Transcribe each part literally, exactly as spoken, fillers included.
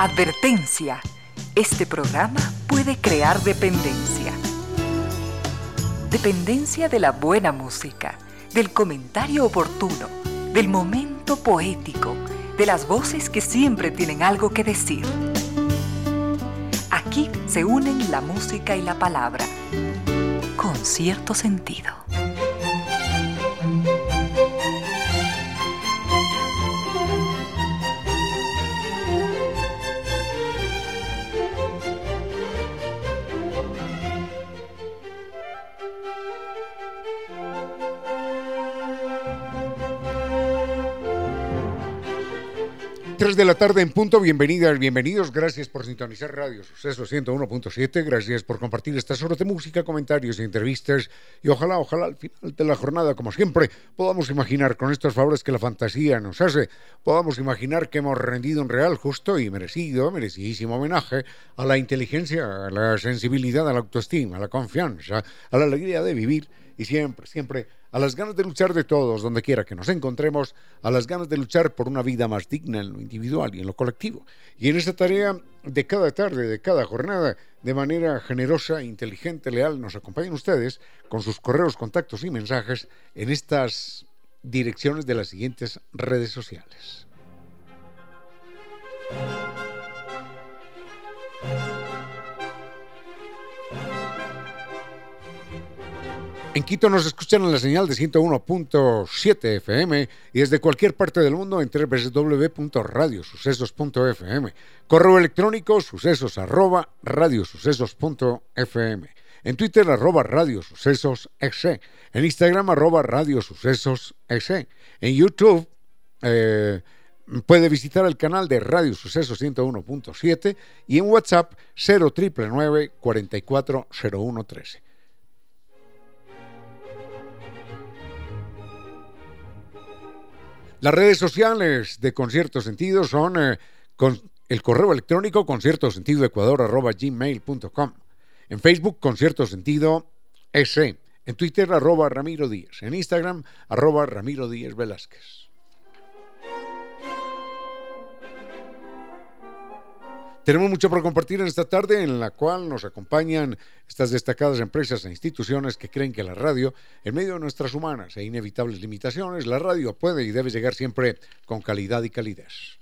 Advertencia. Este programa puede crear dependencia. Dependencia de la buena música, del comentario oportuno, del momento poético, de las voces que siempre tienen algo que decir. Aquí se unen la música y la palabra, con cierto sentido. tres de la tarde en punto, bienvenidas, bienvenidos, gracias por sintonizar Radio Suceso ciento uno punto siete, gracias por compartir estas horas de música, comentarios e entrevistas y ojalá, ojalá al final de la jornada, como siempre, podamos imaginar con estos favores que la fantasía nos hace, podamos imaginar que hemos rendido un real, justo y merecido, merecidísimo homenaje a la inteligencia, a la sensibilidad, a la autoestima, a la confianza, a la alegría de vivir y siempre, siempre a las ganas de luchar de todos, donde quiera que nos encontremos, a las ganas de luchar por una vida más digna en lo individual y en lo colectivo. Y en esta tarea de cada tarde, de cada jornada, de manera generosa, inteligente, leal, nos acompañan ustedes con sus correos, contactos y mensajes en estas direcciones de las siguientes redes sociales. En Quito nos escuchan en la señal de ciento uno punto siete F M y desde cualquier parte del mundo en doble u doble u doble u punto radio sucesos punto f m. Correo electrónico sucesos arroba radiosucesos punto f m. En Twitter arroba radiosucesos exe. En Instagram arroba radiosucesos exe. En YouTube eh, puede visitar el canal de Radio Sucesos ciento uno punto siete y en WhatsApp cero nueve nueve cuatro cuatro cero uno uno tres. Las redes sociales de Concierto Sentido son eh, con el correo electrónico conciertosentidoecuador arroba gmail punto com. En Facebook, Concierto Sentido S. En Twitter, arroba Ramiro Díaz. En Instagram, arroba Ramiro Díaz Velázquez. Tenemos mucho por compartir en esta tarde, en la cual nos acompañan estas destacadas empresas e instituciones que creen que la radio, en medio de nuestras humanas e inevitables limitaciones, la radio puede y debe llegar siempre con calidad y calidez.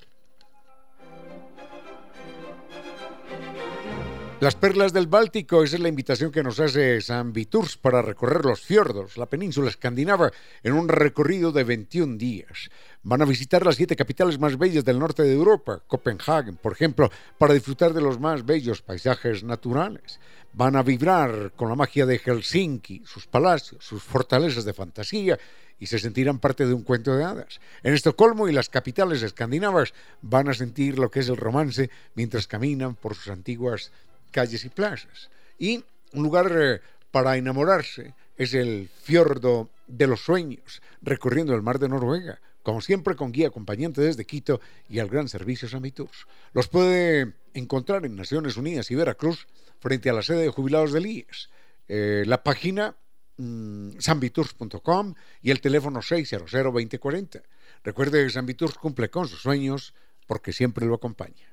Las perlas del Báltico, esa es la invitación que nos hace Sambitours para recorrer los fiordos, la península escandinava, en un recorrido de veintiún días. Van a visitar las siete capitales más bellas del norte de Europa, Copenhague, por ejemplo, para disfrutar de los más bellos paisajes naturales. Van a vibrar con la magia de Helsinki, sus palacios, sus fortalezas de fantasía, y se sentirán parte de un cuento de hadas. En Estocolmo y las capitales escandinavas van a sentir lo que es el romance mientras caminan por sus antiguas calles y plazas. Y un lugar eh, para enamorarse es el fiordo de los sueños, recorriendo el mar de Noruega, como siempre con guía acompañante desde Quito y al gran servicio Sambitours. Los puede encontrar en Naciones Unidas y Veracruz, frente a la sede de jubilados del I E S. Eh, la página mmm, sambitours punto com y el teléfono seis cero cero dos cero cuatro cero. Recuerde que Sambitours cumple con sus sueños porque siempre lo acompaña.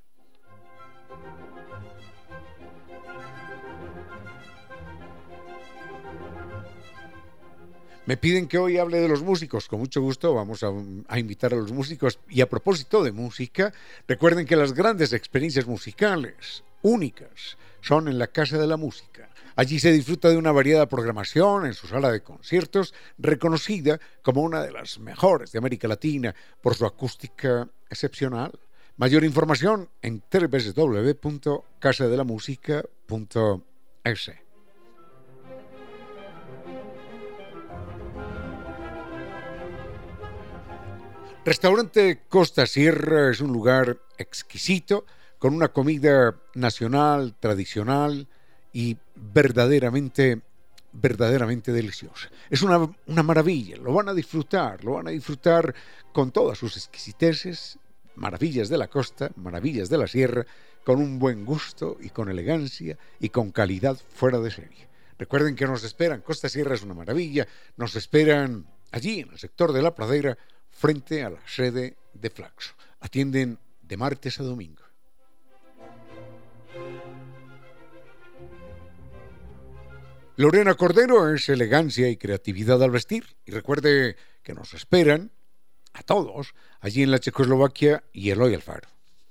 Me piden que hoy hable de los músicos, con mucho gusto vamos a, a invitar a los músicos. Y a propósito de música, recuerden que las grandes experiencias musicales, únicas, son en la Casa de la Música. Allí se disfruta de una variada programación en su sala de conciertos, reconocida como una de las mejores de América Latina por su acústica excepcional. Mayor información en doble u doble u doble u punto casa de la música punto es. Restaurante Costa Sierra es un lugar exquisito, con una comida nacional, tradicional y verdaderamente, verdaderamente deliciosa. Es una, una maravilla, lo van a disfrutar, lo van a disfrutar con todas sus exquisiteces, maravillas de la costa, maravillas de la sierra, con un buen gusto y con elegancia y con calidad fuera de serie. Recuerden que nos esperan, Costa Sierra es una maravilla, nos esperan allí en el sector de La Pradera, frente a la sede de Flaxo. Atienden de martes a domingo. Lorena Cordero es elegancia y creatividad al vestir. Y recuerde que nos esperan a todos allí en la Checoslovaquia y Eloy Alfaro.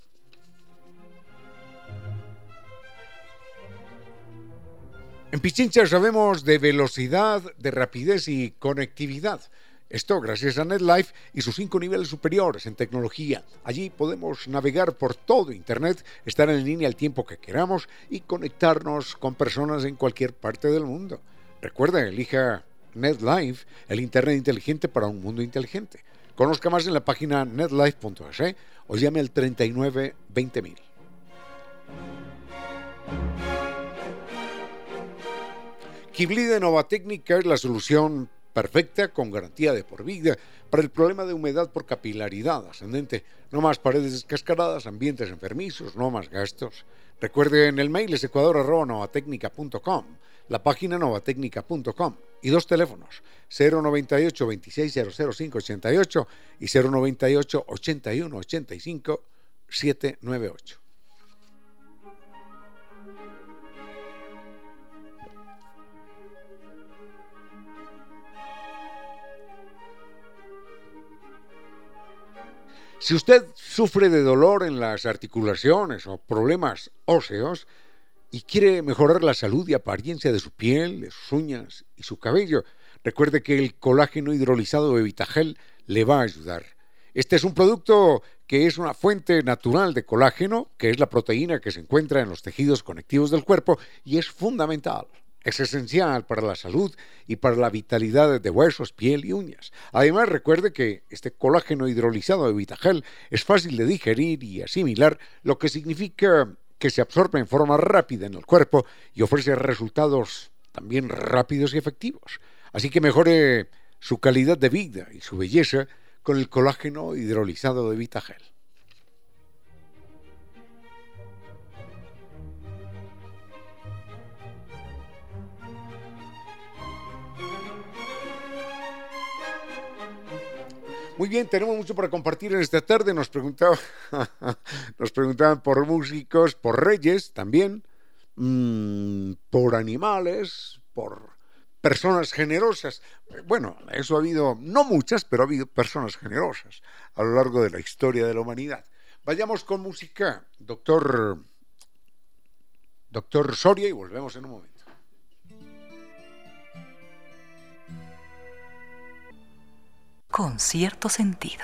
En Pichincha sabemos de velocidad, de rapidez y conectividad. Esto gracias a NetLife y sus cinco niveles superiores en tecnología. Allí podemos navegar por todo Internet, estar en línea el tiempo que queramos y conectarnos con personas en cualquier parte del mundo. Recuerda, elija NetLife, el Internet inteligente para un mundo inteligente. Conozca más en la página netlife punto es o llame al treinta y nueve veinte mil. Kibli de Nova Técnica es la solución perfecta con garantía de por vida para el problema de humedad por capilaridad ascendente. No más paredes descascaradas, ambientes enfermizos, no más gastos. Recuerden, el mail es ecuador arroba novatecnica punto com, la página novatecnica punto com y dos teléfonos, cero noventa y ocho veintiséis cero cero cinco ochenta y ocho y cero noventa y ocho ochenta y uno ochenta y cinco setecientos noventa y ocho. Si usted sufre de dolor en las articulaciones o problemas óseos y quiere mejorar la salud y apariencia de su piel, de sus uñas y su cabello, recuerde que el colágeno hidrolizado de Vitagel le va a ayudar. Este es un producto que es una fuente natural de colágeno, que es la proteína que se encuentra en los tejidos conectivos del cuerpo y es fundamental. Es esencial para la salud y para la vitalidad de huesos, piel y uñas. Además, recuerde que este colágeno hidrolizado de Vitagel es fácil de digerir y asimilar, lo que significa que se absorbe en forma rápida en el cuerpo y ofrece resultados también rápidos y efectivos. Así que mejore su calidad de vida y su belleza con el colágeno hidrolizado de Vitagel. Muy bien, tenemos mucho para compartir en esta tarde. Nos preguntaba, nos preguntaban por músicos, por reyes también, mmm, por animales, por personas generosas. Bueno, eso ha habido, no muchas, pero ha habido personas generosas a lo largo de la historia de la humanidad. Vayamos con música, doctor, doctor Soria, y volvemos en un momento. Con cierto sentido.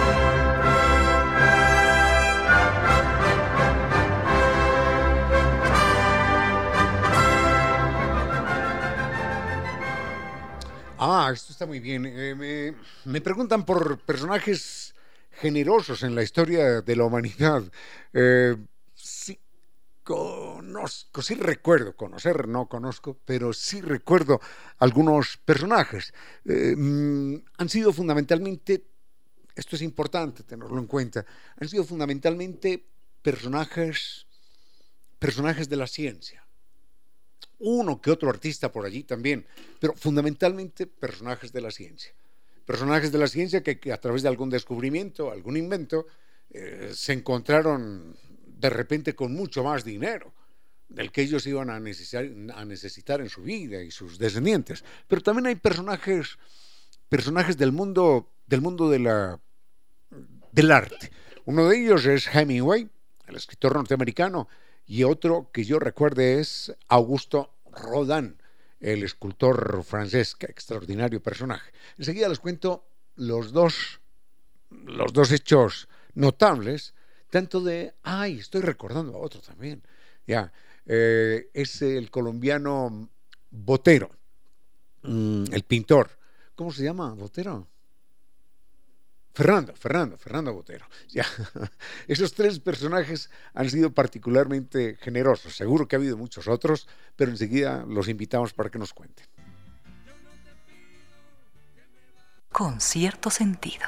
Ah, esto está muy bien. Eh, me, me preguntan por personajes generosos en la historia de la humanidad. Eh, sí conozco, sí recuerdo, conocer no conozco, pero sí recuerdo algunos personajes. Eh, mm, han sido fundamentalmente, esto es importante tenerlo en cuenta, han sido fundamentalmente personajes, personajes de la ciencia. Uno que otro artista por allí también, pero fundamentalmente personajes de la ciencia. Personajes de la ciencia que, que a través de algún descubrimiento, algún invento, eh, se encontraron de repente con mucho más dinero del que ellos iban a necesitar, a necesitar en su vida y sus descendientes. Pero también hay personajes, personajes del mundo, del mundo de la, del arte. Uno de ellos es Hemingway, el escritor norteamericano, y otro que yo recuerde es Augusto Rodin, el escultor francés. Qué extraordinario personaje. Enseguida les cuento los dos, los dos hechos notables, tanto de, ay, estoy recordando a otro también, ya, eh, es el colombiano Botero, mm, el pintor. ¿Cómo se llama Botero? Fernando, Fernando, Fernando Botero. Ya. Esos tres personajes han sido particularmente generosos. Seguro que ha habido muchos otros, pero enseguida los invitamos para que nos cuenten. Con cierto sentido.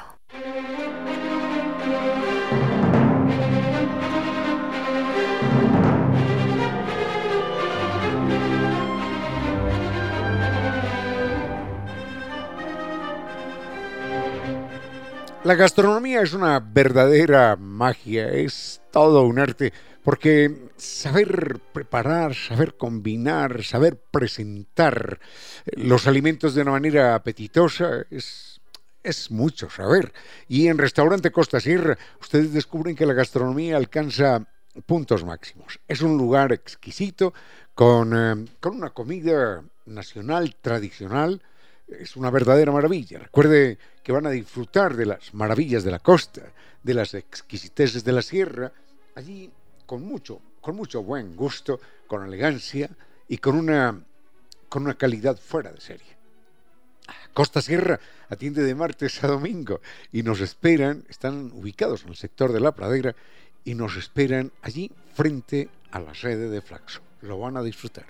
La gastronomía es una verdadera magia, es todo un arte. porque saber preparar, saber combinar, saber presentar los alimentos de una manera apetitosa es, es mucho saber. Y en Restaurante Costa Sierra ustedes descubren que la gastronomía alcanza puntos máximos. Es un lugar exquisito con, eh, con una comida nacional, tradicional. Es una verdadera maravilla. Recuerde que van a disfrutar de las maravillas de la costa, de las exquisiteces de la sierra, allí con mucho, con mucho buen gusto, con elegancia y con una, con una calidad fuera de serie. Costa Sierra atiende de martes a domingo y nos esperan, están ubicados en el sector de La Pradera y nos esperan allí frente a la sede de Flaxo. Lo van a disfrutar.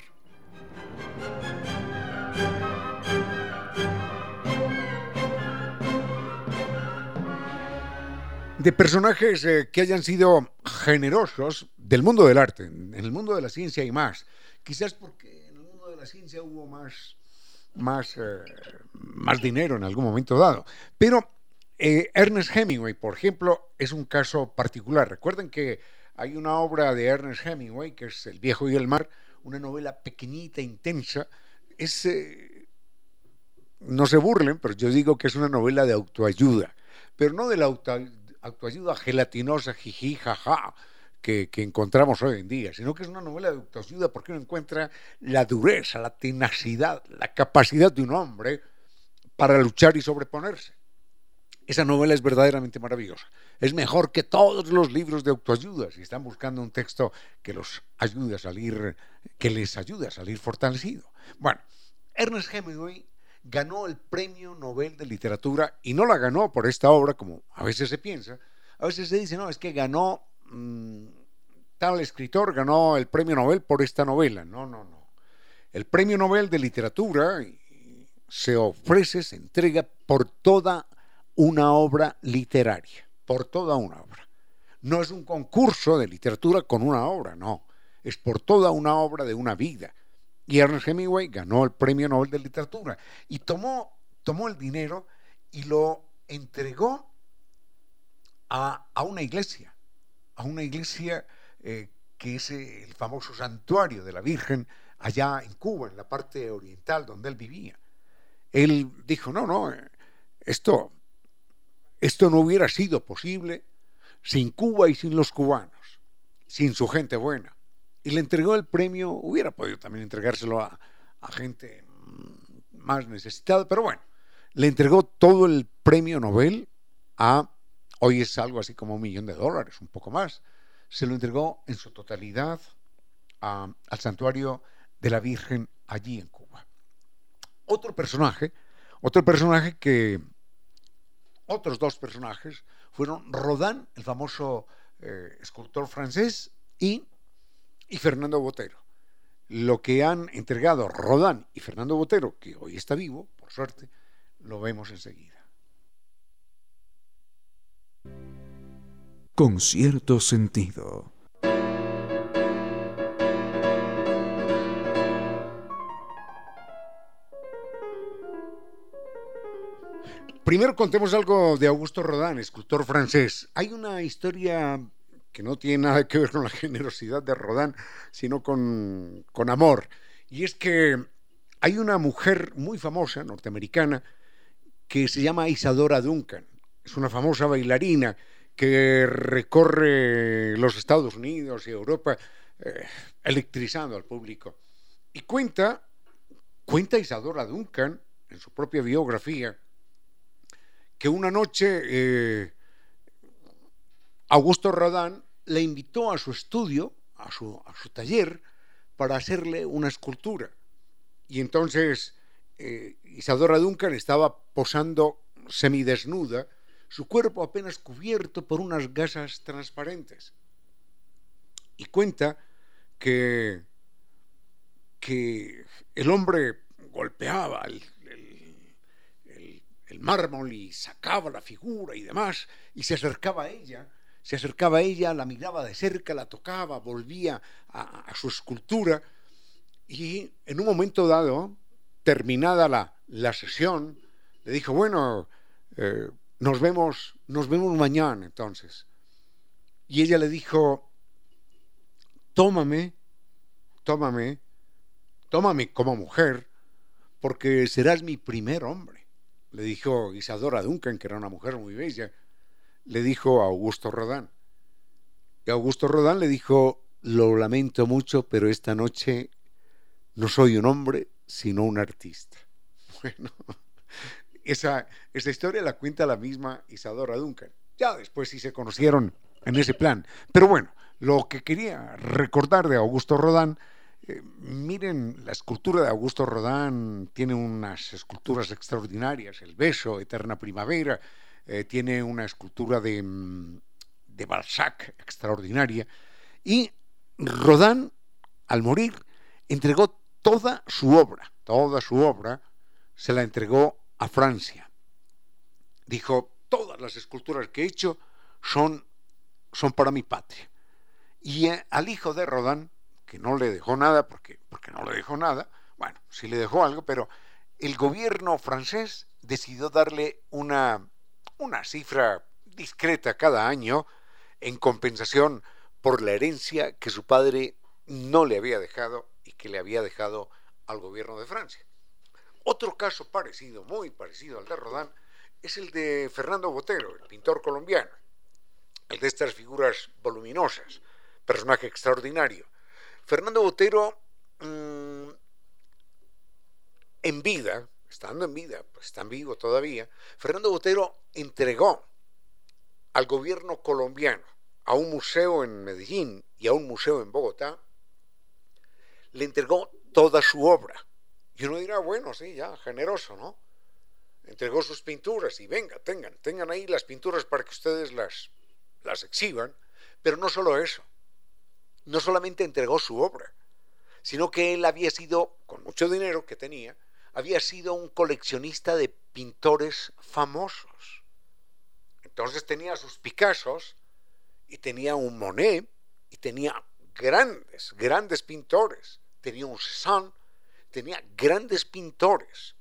De personajes eh, que hayan sido generosos del mundo del arte, en el mundo de la ciencia y más. Quizás porque en el mundo de la ciencia hubo más, más, eh, más dinero en algún momento dado. Pero eh, Ernest Hemingway, por ejemplo, es un caso particular. Recuerden que hay una obra de Ernest Hemingway, que es El viejo y el mar, una novela pequeñita, intensa. Es, eh, no se burlen, pero yo digo que es una novela de autoayuda, pero no de la autoayuda autoayuda gelatinosa, jiji, jaja, que, que encontramos hoy en día, sino que es una novela de autoayuda porque uno encuentra la dureza, la tenacidad, la capacidad de un hombre para luchar y sobreponerse. Esa novela es verdaderamente maravillosa. Es mejor que todos los libros de autoayuda si están buscando un texto que los ayude a salir, que les ayude a salir fortalecido. Bueno, Ernest Hemingway ganó el Premio Nobel de Literatura y no la ganó por esta obra, como a veces se piensa. A veces se dice, no, es que ganó, mmm, tal escritor ganó el Premio Nobel por esta novela. No, no, no. El Premio Nobel de Literatura se ofrece, se entrega por toda una obra literaria, por toda una obra. No es un concurso de literatura con una obra, no. Es por toda una obra de una vida. Y Ernest Hemingway ganó el Premio Nobel de Literatura y tomó, tomó el dinero y lo entregó a, a una iglesia, a una iglesia eh, que es el famoso santuario de la Virgen allá en Cuba, en la parte oriental donde él vivía. Él dijo, no, no, esto, esto no hubiera sido posible sin Cuba y sin los cubanos, sin su gente buena. Y le entregó el premio, hubiera podido también entregárselo a, a gente más necesitada, pero bueno, le entregó todo el premio Nobel a, hoy es algo así como un millón de dólares, un poco más, se lo entregó en su totalidad a, al santuario de la Virgen allí en Cuba. Otro personaje, otro personaje que, otros dos personajes fueron Rodin, el famoso eh, escultor francés, y y Fernando Botero. Lo que han entregado Rodin y Fernando Botero, que hoy está vivo, por suerte, lo vemos enseguida. Con cierto sentido. Primero contemos algo de Augusto Rodin, escultor francés. Hay una historia que no tiene nada que ver con la generosidad de Rodin, sino con, con amor. Y es que hay una mujer muy famosa, norteamericana, que se llama Isadora Duncan. Es una famosa bailarina que recorre los Estados Unidos y Europa eh, electrizando al público. Y cuenta, cuenta Isadora Duncan, en su propia biografía, que una noche eh, Augusto Rodin le invitó a su estudio, a su, a su taller, para hacerle una escultura. Y entonces eh, Isadora Duncan estaba posando semidesnuda, su cuerpo apenas cubierto por unas gasas transparentes. Y cuenta que, que el hombre golpeaba el, el, el, el mármol y sacaba la figura y demás, y se acercaba a ella, se acercaba a ella, la miraba de cerca, la tocaba, volvía a, a su escultura, y en un momento dado, terminada la, la sesión, le dijo, bueno, eh, nos vemos, nos vemos mañana entonces. Y ella le dijo, tómame, tómame, tómame como mujer, porque serás mi primer hombre. Le dijo Isadora Duncan, que era una mujer muy bella, le dijo a Augusto Rodin. Y Augusto Rodin le dijo: lo lamento mucho, pero esta noche no soy un hombre, sino un artista. Bueno, esa, esa historia la cuenta la misma Isadora Duncan. Ya después sí se conocieron en ese plan. Pero bueno, lo que quería recordar de Augusto Rodin, eh, miren, la escultura de Augusto Rodin tiene unas esculturas extraordinarias. El beso, Eterna Primavera, eh, tiene una escultura de, de Balzac extraordinaria. Y Rodin, al morir, entregó toda su obra, toda su obra, se la entregó a Francia. Dijo: todas las esculturas que he hecho son, son para mi patria. Y eh, al hijo de Rodin, que no le dejó nada, porque, porque no le dejó nada, bueno, sí le dejó algo, pero el gobierno francés decidió darle una, una cifra discreta cada año en compensación por la herencia que su padre no le había dejado y que le había dejado al gobierno de Francia. Otro caso parecido, muy parecido al de Rodin, es el de Fernando Botero, el pintor colombiano, el de estas figuras voluminosas, personaje extraordinario. Fernando Botero, mmm, en vida, estando en vida, pues está vivo todavía, Fernando Botero entregó al gobierno colombiano, a un museo en Medellín y a un museo en Bogotá, le entregó toda su obra. Y uno dirá: bueno, sí, ya, generoso, ¿no? Entregó sus pinturas y venga, tengan, tengan ahí las pinturas para que ustedes las, las exhiban. Pero no solo eso, no solamente entregó su obra, sino que él había sido, con mucho dinero que tenía, había sido un coleccionista de pintores famosos. Entonces tenía sus Picassos y tenía un Monet y tenía grandes, grandes pintores. Tenía un Cézanne, tenía grandes pintores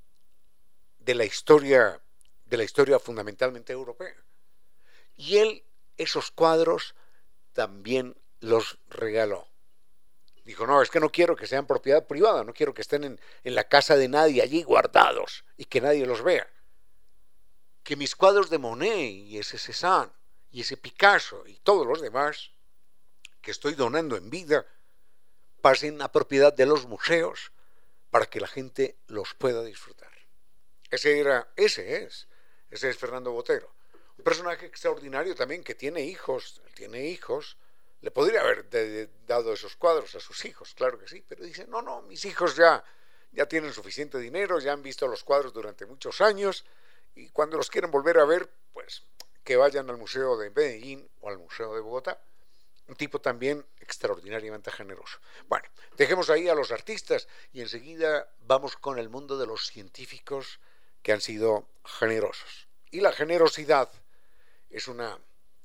de la historia, de la historia fundamentalmente europea. Y él esos cuadros también los regaló. Dijo: no, es que no quiero que sean propiedad privada, no quiero que estén en, en la casa de nadie allí guardados y que nadie los vea. Que mis cuadros de Monet y ese Cézanne y ese Picasso y todos los demás que estoy donando en vida pasen a propiedad de los museos para que la gente los pueda disfrutar. Ese era, ese es, ese es Fernando Botero. Un personaje extraordinario también que tiene hijos, él tiene hijos, le podría haber de, de, dado esos cuadros a sus hijos, claro que sí, pero dice: no, no, mis hijos ya, ya tienen suficiente dinero, ya han visto los cuadros durante muchos años y cuando los quieran volver a ver, pues que vayan al Museo de Medellín o al Museo de Bogotá. Un tipo también extraordinariamente generoso. Bueno, dejemos ahí a los artistas y enseguida vamos con el mundo de los científicos que han sido generosos. Y la generosidad es una,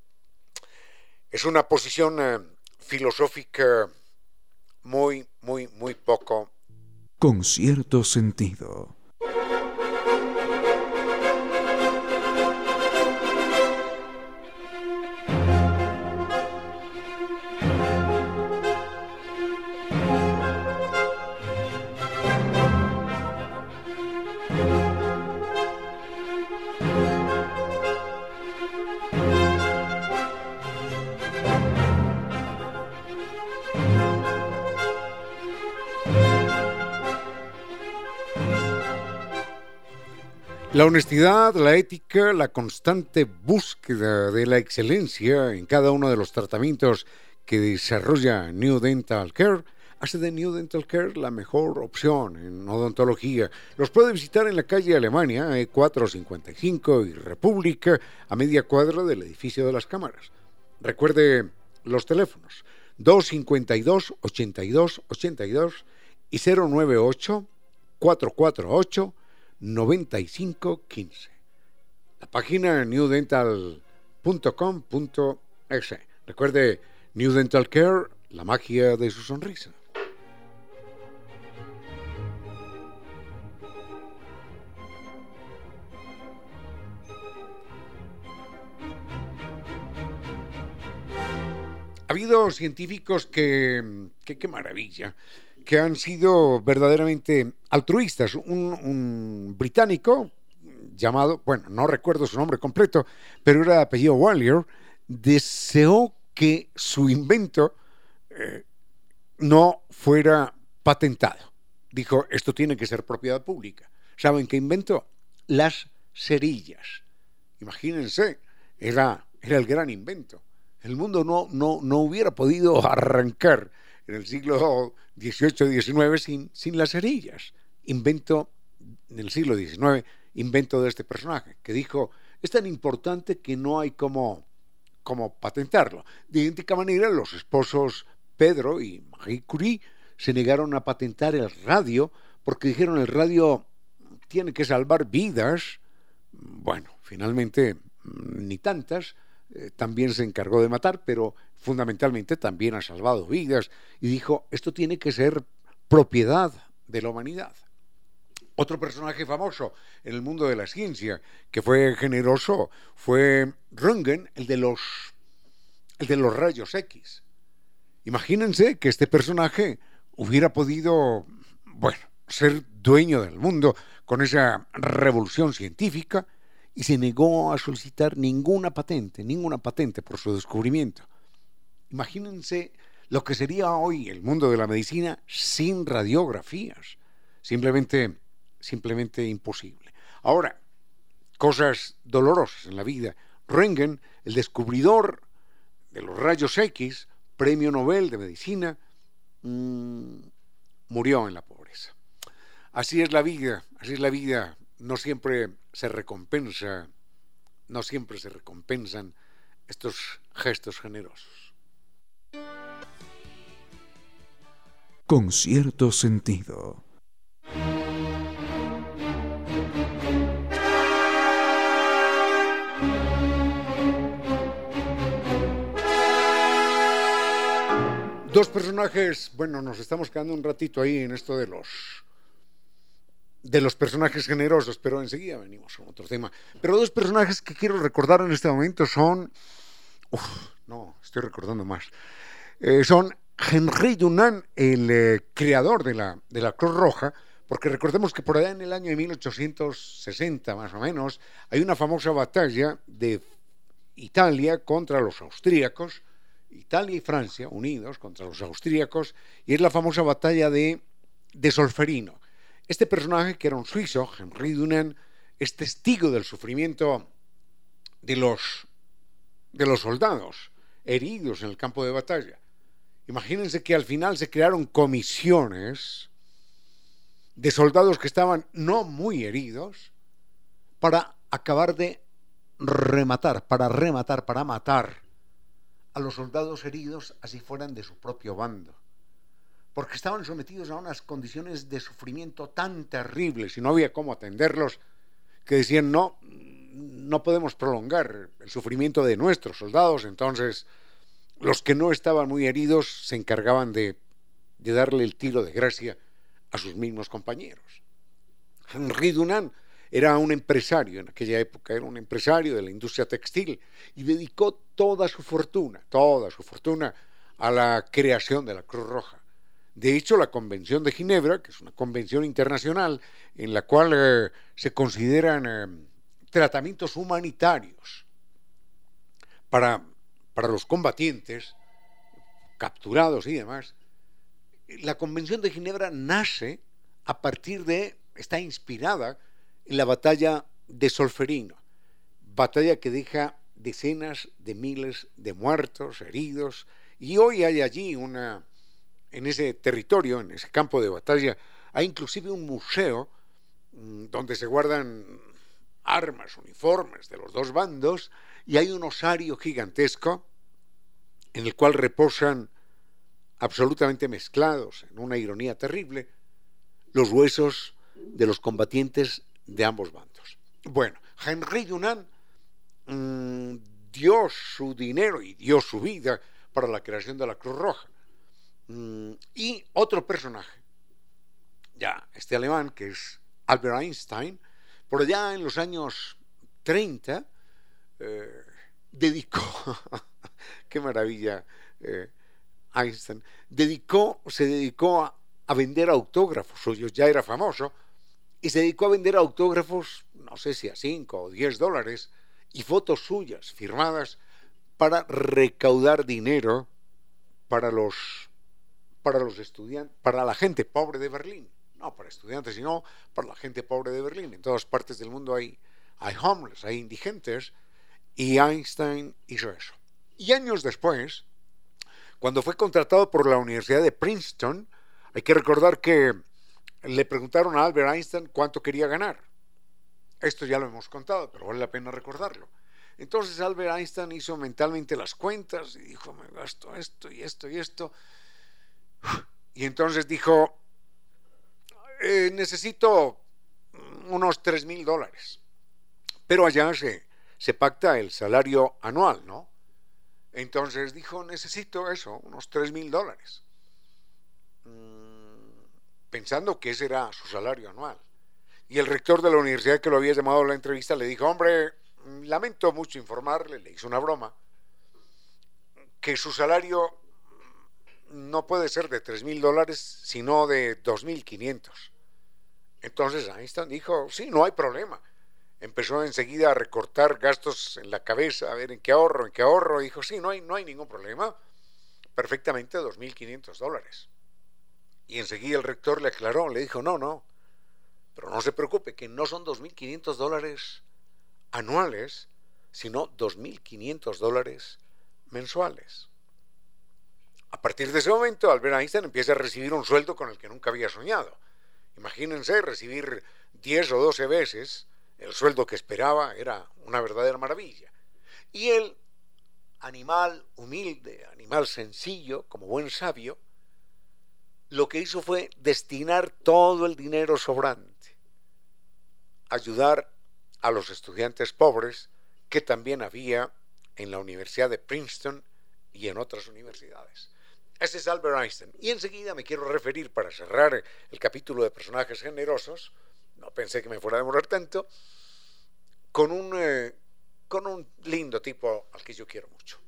es una posición eh, filosófica muy, muy, muy poco. Con cierto sentido. La honestidad, la ética, la constante búsqueda de la excelencia en cada uno de los tratamientos que desarrolla New Dental Care hace de New Dental Care la mejor opción en odontología. Los puede visitar en la calle Alemania, E cuatrocientos cincuenta y cinco y República, a media cuadra del edificio de las cámaras. Recuerde los teléfonos dos cinco dos, ocho dos ocho dos y cero nueve ocho, cuatro cuatro ocho, noventa y cinco quince. La página new dental punto com punto e s. Recuerde, New Dental Care, la magia de su sonrisa. Ha habido científicos que, que qué maravilla, que han sido verdaderamente altruistas. Un, un británico llamado, bueno, no recuerdo su nombre completo, pero era de apellido Wallier, deseó que su invento eh, no fuera patentado. Dijo, esto tiene que ser propiedad pública. ¿Saben qué inventó? Las cerillas. Imagínense, era, era el gran invento. El mundo no, no, no hubiera podido arrancar en el siglo dieciocho diecinueve sin, sin las cerillas. Invento en el siglo diecinueve, invento de este personaje, que dijo, es tan importante que no hay como, como patentarlo. De idéntica manera, los esposos Pedro y Marie Curie se negaron a patentar el radio porque dijeron, el radio tiene que salvar vidas. Bueno, finalmente, ni tantas. Eh, también se encargó de matar, pero fundamentalmente también ha salvado vidas, y dijo, esto tiene que ser propiedad de la humanidad. Otro personaje famoso en el mundo de la ciencia que fue generoso fue Röntgen, el de los, el de los rayos X. Imagínense que este personaje hubiera podido, bueno, ser dueño del mundo con esa revolución científica, y se negó a solicitar ninguna patente, ninguna patente por su descubrimiento. Imagínense lo que sería hoy el mundo de la medicina sin radiografías. Simplemente, simplemente imposible. Ahora, cosas dolorosas en la vida. Röntgen, el descubridor de los rayos X, premio Nobel de Medicina, mmm, murió en la pobreza. Así es la vida, así es la vida. No siempre se recompensa, no siempre se recompensan estos gestos generosos. Con cierto sentido. Dos personajes, bueno, nos estamos quedando un ratito ahí en esto de los de los personajes generosos, pero enseguida venimos con otro tema. Pero dos personajes que quiero recordar en este momento son, uf, no, estoy recordando más, eh, son Henri Dunant, el eh, creador de la, de la Cruz Roja, porque recordemos que por allá en el año de mil ochocientos sesenta más o menos, hay una famosa batalla de Italia contra los austríacos, Italia y Francia unidos contra los austríacos, y es la famosa batalla de, de Solferino. Este personaje, que era un suizo, Henri Dunant, es testigo del sufrimiento de los, de los soldados heridos en el campo de batalla. Imagínense que al final se crearon comisiones de soldados que estaban no muy heridos para acabar de rematar, para rematar, para matar a los soldados heridos, así fueran de su propio bando. Porque estaban sometidos a unas condiciones de sufrimiento tan terribles y no había cómo atenderlos, que decían, no, no podemos prolongar el sufrimiento de nuestros soldados. Entonces, los que no estaban muy heridos se encargaban de, de darle el tiro de gracia a sus mismos compañeros. Henri Dunant era un empresario en aquella época, era un empresario de la industria textil y dedicó toda su fortuna, toda su fortuna a la creación de la Cruz Roja. De hecho, la Convención de Ginebra, que es una convención internacional en la cual eh, se consideran eh, tratamientos humanitarios para, para los combatientes, capturados y demás, la Convención de Ginebra nace a partir de, está inspirada en la batalla de Solferino, batalla que deja decenas de miles de muertos, heridos, y hoy hay allí una... En ese territorio, en ese campo de batalla, hay inclusive un museo mmm, donde se guardan armas, uniformes de los dos bandos, y hay un osario gigantesco en el cual reposan absolutamente mezclados, en una ironía terrible, los huesos de los combatientes de ambos bandos. Bueno, Henri Dunant mmm, dio su dinero y dio su vida para la creación de la Cruz Roja. Y otro personaje, ya este alemán, que es Albert Einstein, por allá en los años treinta, eh, dedicó, qué maravilla, eh, Einstein, dedicó, se dedicó a, a vender autógrafos suyos, ya era famoso, y se dedicó a vender autógrafos, no sé si a cinco o diez dólares, y fotos suyas firmadas para recaudar dinero para los, para los estudiantes, para la gente pobre de Berlín. No para estudiantes, sino para la gente pobre de Berlín. En todas partes del mundo hay, hay homeless, hay indigentes, y Einstein hizo eso. Y años después, cuando fue contratado por la Universidad de Princeton, hay que recordar que le preguntaron a Albert Einstein cuánto quería ganar. Esto ya lo hemos contado, pero vale la pena recordarlo. Entonces Albert Einstein hizo mentalmente las cuentas y dijo, me gasto esto y esto y esto. Y entonces dijo, eh, necesito unos tres mil dólares. Pero allá se, se pacta el salario anual, ¿no? Entonces dijo, necesito eso, unos tres mil dólares. Mm, pensando que ese era su salario anual. Y el rector de la universidad que lo había llamado a la entrevista le dijo, hombre, lamento mucho informarle, le hizo una broma, que su salario no puede ser de tres mil dólares, sino de dos mil quinientos. Entonces Einstein dijo, sí, no hay problema. Empezó enseguida a recortar gastos en la cabeza, a ver en qué ahorro, en qué ahorro. Dijo, sí, no hay, no hay ningún problema. Perfectamente dos mil quinientos dólares. Y enseguida el rector le aclaró, le dijo, no, no, pero no se preocupe, que no son dos mil quinientos dólares anuales, sino dos mil quinientos dólares mensuales. A partir de ese momento, Albert Einstein empieza a recibir un sueldo con el que nunca había soñado. Imagínense recibir diez o doce veces el sueldo que esperaba, era una verdadera maravilla. Y él, animal humilde, animal sencillo, como buen sabio, lo que hizo fue destinar todo el dinero sobrante, ayudar a los estudiantes pobres que también había en la Universidad de Princeton y en otras universidades. Ese es Albert Einstein. Y enseguida me quiero referir, para cerrar el capítulo de personajes generosos, no pensé que me fuera a demorar tanto, con un, eh, con un lindo tipo al que yo quiero mucho.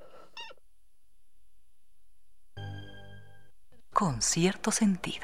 Con cierto sentido.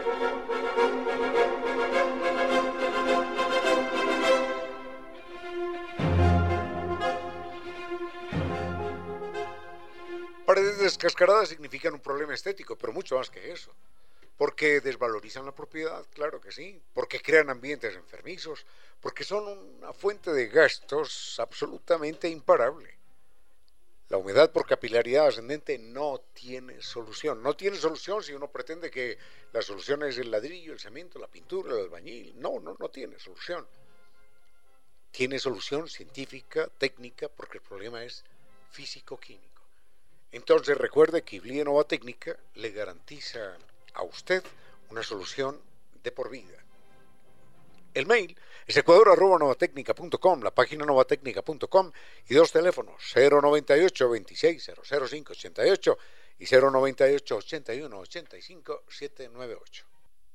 Paredes descascaradas significan un problema estético, pero mucho más que eso. Porque desvalorizan la propiedad, claro que sí. Porque crean ambientes enfermizos. Porque son una fuente de gastos absolutamente imparable. La humedad por capilaridad ascendente no tiene solución. No tiene solución si uno pretende que la solución es el ladrillo, el cemento, la pintura, el albañil. No, no, no tiene solución. Tiene solución científica, técnica, porque el problema es físico-químico. Entonces recuerde que Iblía Nova Técnica le garantiza a usted una solución de por vida. El mail es ecuador arroba novatecnica punto com, la página novatecnica punto com y dos teléfonos, cero noventa y ocho, veintiséis, cero cero cinco, ochenta y ocho y cero noventa y ocho, ochenta y uno, ochenta y cinco, setecientos noventa y ocho.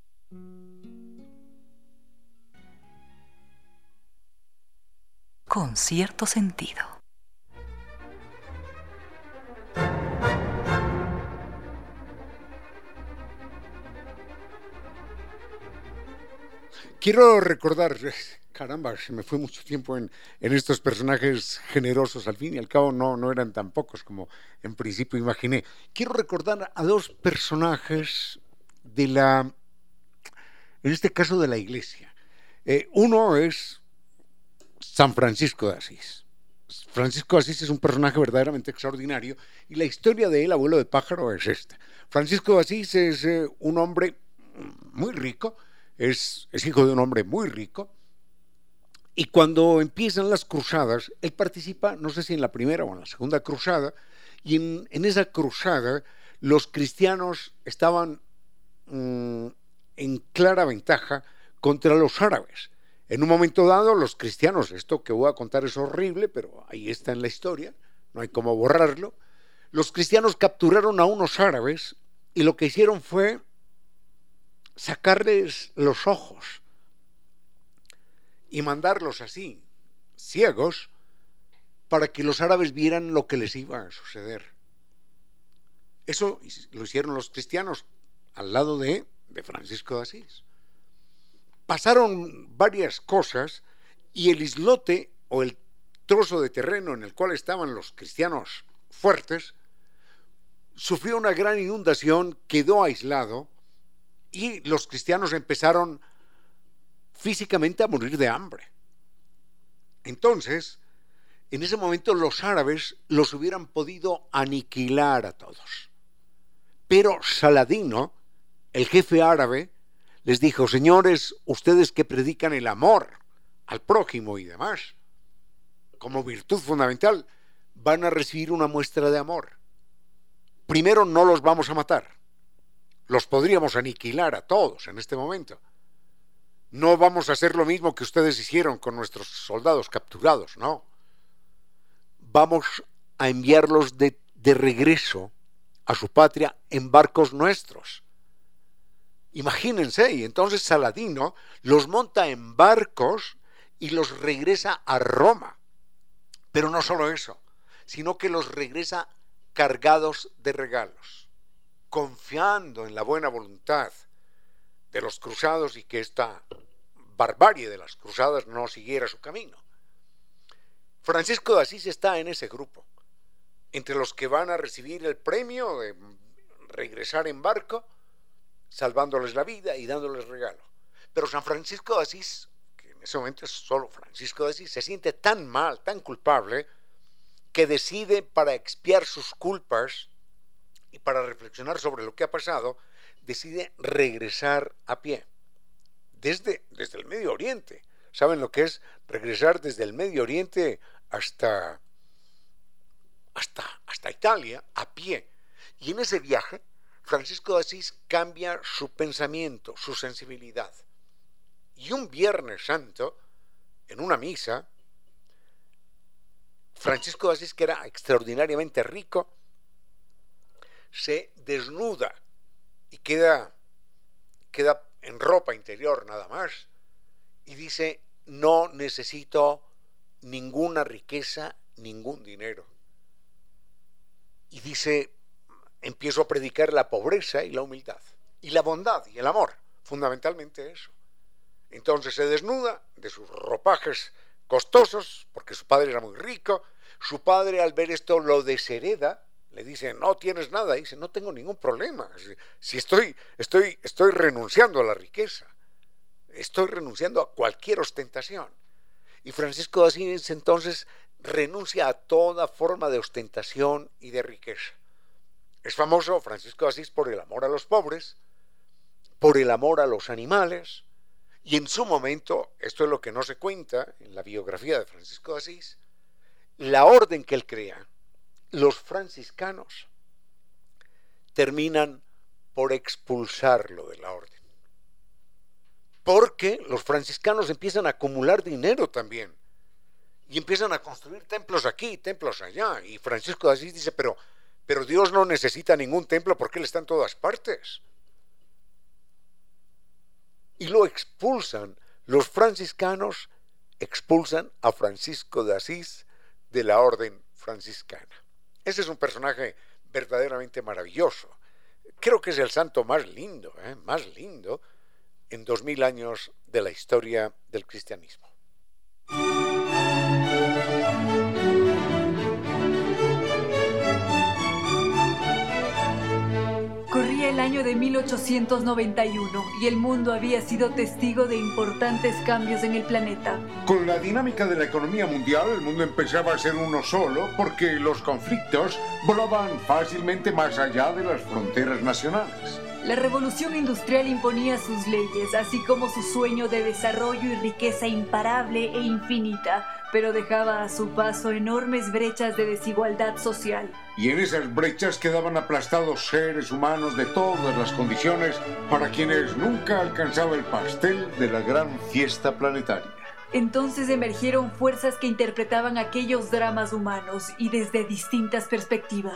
Con cierto sentido. Quiero recordar, caramba, se me fue mucho tiempo en, en estos personajes generosos, al fin y al cabo no, no eran tan pocos como en principio imaginé. Quiero recordar a dos personajes de la, en este caso de la iglesia. Eh, uno es San Francisco de Asís. Francisco de Asís es un personaje verdaderamente extraordinario y la historia de él, abuelo de pájaro, es esta. Francisco de Asís es eh, un hombre muy rico. Es, es hijo de un hombre muy rico, y cuando empiezan las cruzadas, él participa, no sé si en la primera o en la segunda cruzada, y en, en esa cruzada los cristianos estaban mmm, en clara ventaja contra los árabes. En un momento dado, los cristianos, esto que voy a contar es horrible, pero ahí está en la historia, no hay cómo borrarlo, los cristianos capturaron a unos árabes y lo que hicieron fue sacarles los ojos y mandarlos así, ciegos, para que los árabes vieran lo que les iba a suceder. Eso lo hicieron los cristianos al lado de, de Francisco de Asís. Pasaron varias cosas y el islote o el trozo de terreno en el cual estaban los cristianos fuertes sufrió una gran inundación, quedó aislado y los cristianos empezaron físicamente a morir de hambre. Entonces, en ese momento los árabes los hubieran podido aniquilar a todos. Pero Saladino, el jefe árabe, les dijo: señores, ustedes que predican el amor al prójimo y demás, como virtud fundamental, van a recibir una muestra de amor. Primero, no los vamos a matar. Los podríamos aniquilar a todos en este momento. No vamos a hacer lo mismo que ustedes hicieron con nuestros soldados capturados, no. Vamos a enviarlos de, de regreso a su patria en barcos nuestros. Imagínense, y entonces Saladino los monta en barcos y los regresa a Roma. Pero no solo eso, sino que los regresa cargados de regalos, confiando en la buena voluntad de los cruzados y que esta barbarie de las cruzadas no siguiera su camino. Francisco de Asís está en ese grupo, entre los que van a recibir el premio de regresar en barco, salvándoles la vida y dándoles regalo. Pero San Francisco de Asís, que en ese momento es solo Francisco de Asís, se siente tan mal, tan culpable, que decide, para expiar sus culpas y para reflexionar sobre lo que ha pasado, decide regresar a pie, desde, desde el Medio Oriente. ¿Saben lo que es regresar desde el Medio Oriente hasta, hasta, hasta Italia a pie? Y en ese viaje, Francisco de Asís cambia su pensamiento, su sensibilidad. Y un Viernes Santo, en una misa, Francisco de Asís, que era extraordinariamente rico, se desnuda y queda, queda en ropa interior nada más, y dice: no necesito ninguna riqueza, ningún dinero. Y dice: empiezo a predicar la pobreza y la humildad, y la bondad y el amor, fundamentalmente eso. Entonces se desnuda de sus ropajes costosos, porque su padre era muy rico. Su padre, al ver esto, lo deshereda, le dice: no tienes nada. Y dice: no tengo ningún problema, si estoy, estoy, estoy renunciando a la riqueza, estoy renunciando a cualquier ostentación. Y Francisco de Asís entonces renuncia a toda forma de ostentación y de riqueza. Es famoso Francisco de Asís por el amor a los pobres, por el amor a los animales, y en su momento, esto es lo que no se cuenta en la biografía de Francisco de Asís, la orden que él crea, los franciscanos, terminan por expulsarlo de la orden. Porque los franciscanos empiezan a acumular dinero también, y empiezan a construir templos aquí, templos allá, y Francisco de Asís dice: pero, pero Dios no necesita ningún templo porque Él está en todas partes. Y lo expulsan, los franciscanos expulsan a Francisco de Asís de la orden franciscana. Ese es un personaje verdaderamente maravilloso. Creo que es el santo más lindo, ¿eh? más lindo en dos mil años de la historia del cristianismo. Corría el año de mil ochocientos noventa y uno y el mundo había sido testigo de importantes cambios en el planeta. Con la dinámica de la economía mundial, el mundo empezaba a ser uno solo porque los conflictos volaban fácilmente más allá de las fronteras nacionales. La revolución industrial imponía sus leyes, así como su sueño de desarrollo y riqueza imparable e infinita, pero dejaba a su paso enormes brechas de desigualdad social. Y en esas brechas quedaban aplastados seres humanos de todas las condiciones para quienes nunca alcanzaba el pastel de la gran fiesta planetaria. Entonces emergieron fuerzas que interpretaban aquellos dramas humanos y desde distintas perspectivas.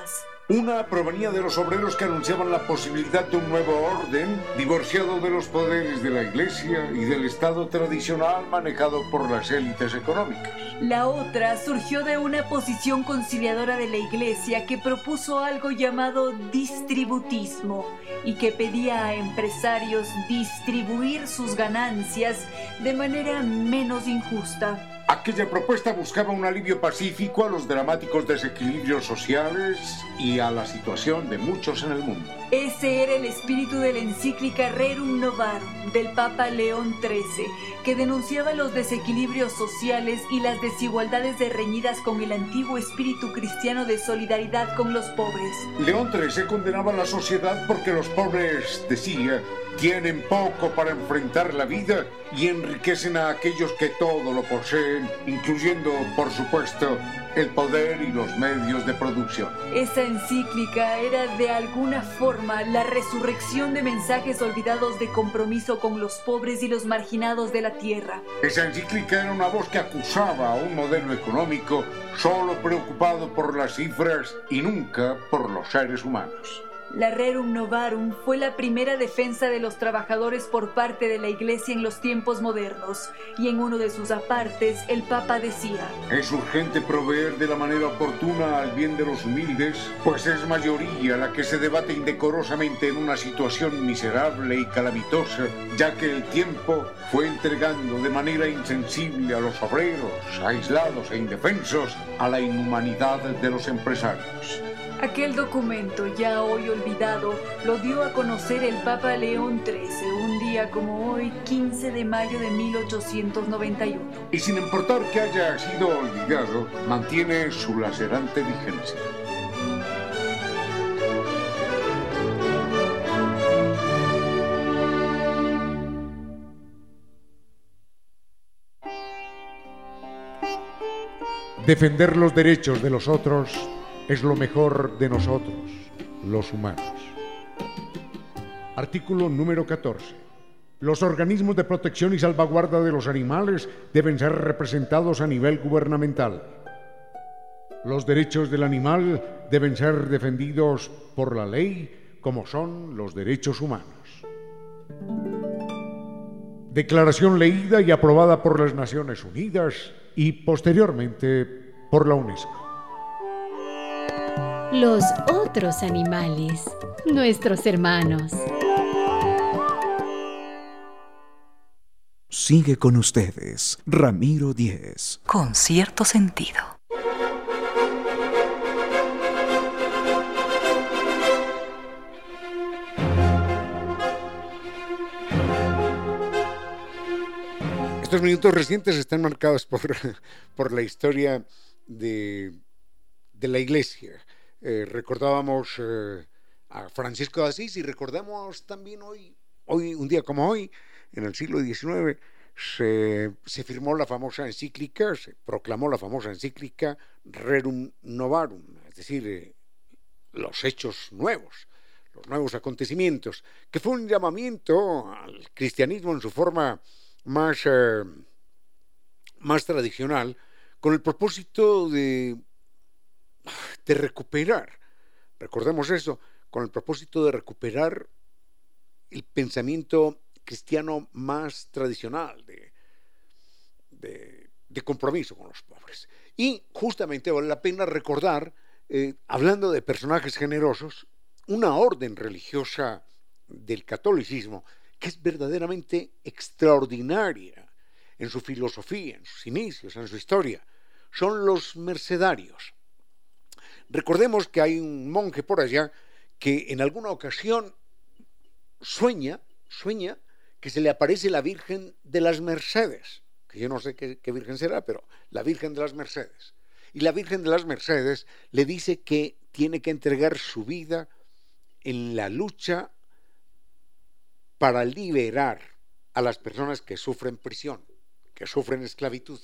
Una provenía de los obreros que anunciaban la posibilidad de un nuevo orden, divorciado de los poderes de la Iglesia y del Estado tradicional manejado por las élites económicas. La otra surgió de una posición conciliadora de la Iglesia que propuso algo llamado distributismo y que pedía a empresarios distribuir sus ganancias de manera menos injusta. Aquella propuesta buscaba un alivio pacífico a los dramáticos desequilibrios sociales y a la situación de muchos en el mundo. Ese era el espíritu de la encíclica Rerum Novarum del Papa León trece, que denunciaba los desequilibrios sociales y las desigualdades de reñidas con el antiguo espíritu cristiano de solidaridad con los pobres. León trece condenaba a la sociedad porque los pobres, decía, tienen poco para enfrentar la vida y enriquecen a aquellos que todo lo poseen, incluyendo, por supuesto, el poder y los medios de producción. Esa encíclica era de alguna forma la resurrección de mensajes olvidados de compromiso con los pobres y los marginados de la tierra. Esa encíclica era una voz que acusaba a un modelo económico solo preocupado por las cifras y nunca por los seres humanos. La Rerum Novarum fue la primera defensa de los trabajadores por parte de la Iglesia en los tiempos modernos, y en uno de sus apartes el Papa decía: es urgente proveer de la manera oportuna al bien de los humildes, pues es mayoría la que se debate indecorosamente en una situación miserable y calamitosa, ya que el tiempo fue entregando de manera insensible a los obreros, aislados e indefensos, a la inhumanidad de los empresarios. Aquel documento, ya hoy olvidado, lo dio a conocer el Papa León trece, un día como hoy, quince de mayo de mil ochocientos noventa y uno. Y sin importar que haya sido olvidado, mantiene su lacerante vigencia. Defender los derechos de los otros es lo mejor de nosotros, los humanos. Artículo número catorce. Los organismos de protección y salvaguarda de los animales deben ser representados a nivel gubernamental. Los derechos del animal deben ser defendidos por la ley, como son los derechos humanos. Declaración leída y aprobada por las Naciones Unidas y posteriormente por la UNESCO. Los otros animales, nuestros hermanos. Sigue con ustedes, Ramiro Díez. Con cierto sentido. Estos minutos recientes están marcados por, por la historia de, de la Iglesia. Eh, recordábamos eh, a Francisco de Asís y recordamos también hoy, hoy, un día como hoy, en el siglo diecinueve, se, se firmó la famosa encíclica, se proclamó la famosa encíclica Rerum Novarum, es decir, eh, los hechos nuevos, los nuevos acontecimientos, que fue un llamamiento al cristianismo en su forma más, eh, más tradicional, con el propósito de de recuperar, recordemos eso, con el propósito de recuperar el pensamiento cristiano más tradicional de, de, de compromiso con los pobres. Y justamente vale la pena recordar, eh, hablando de personajes generosos, una orden religiosa del catolicismo que es verdaderamente extraordinaria en su filosofía, en sus inicios, en su historia. Son los mercedarios. Recordemos que hay un monje por allá que en alguna ocasión sueña, sueña que se le aparece la Virgen de las Mercedes, que yo no sé qué, qué Virgen será, pero la Virgen de las Mercedes. Y la Virgen de las Mercedes le dice que tiene que entregar su vida en la lucha para liberar a las personas que sufren prisión, que sufren esclavitud.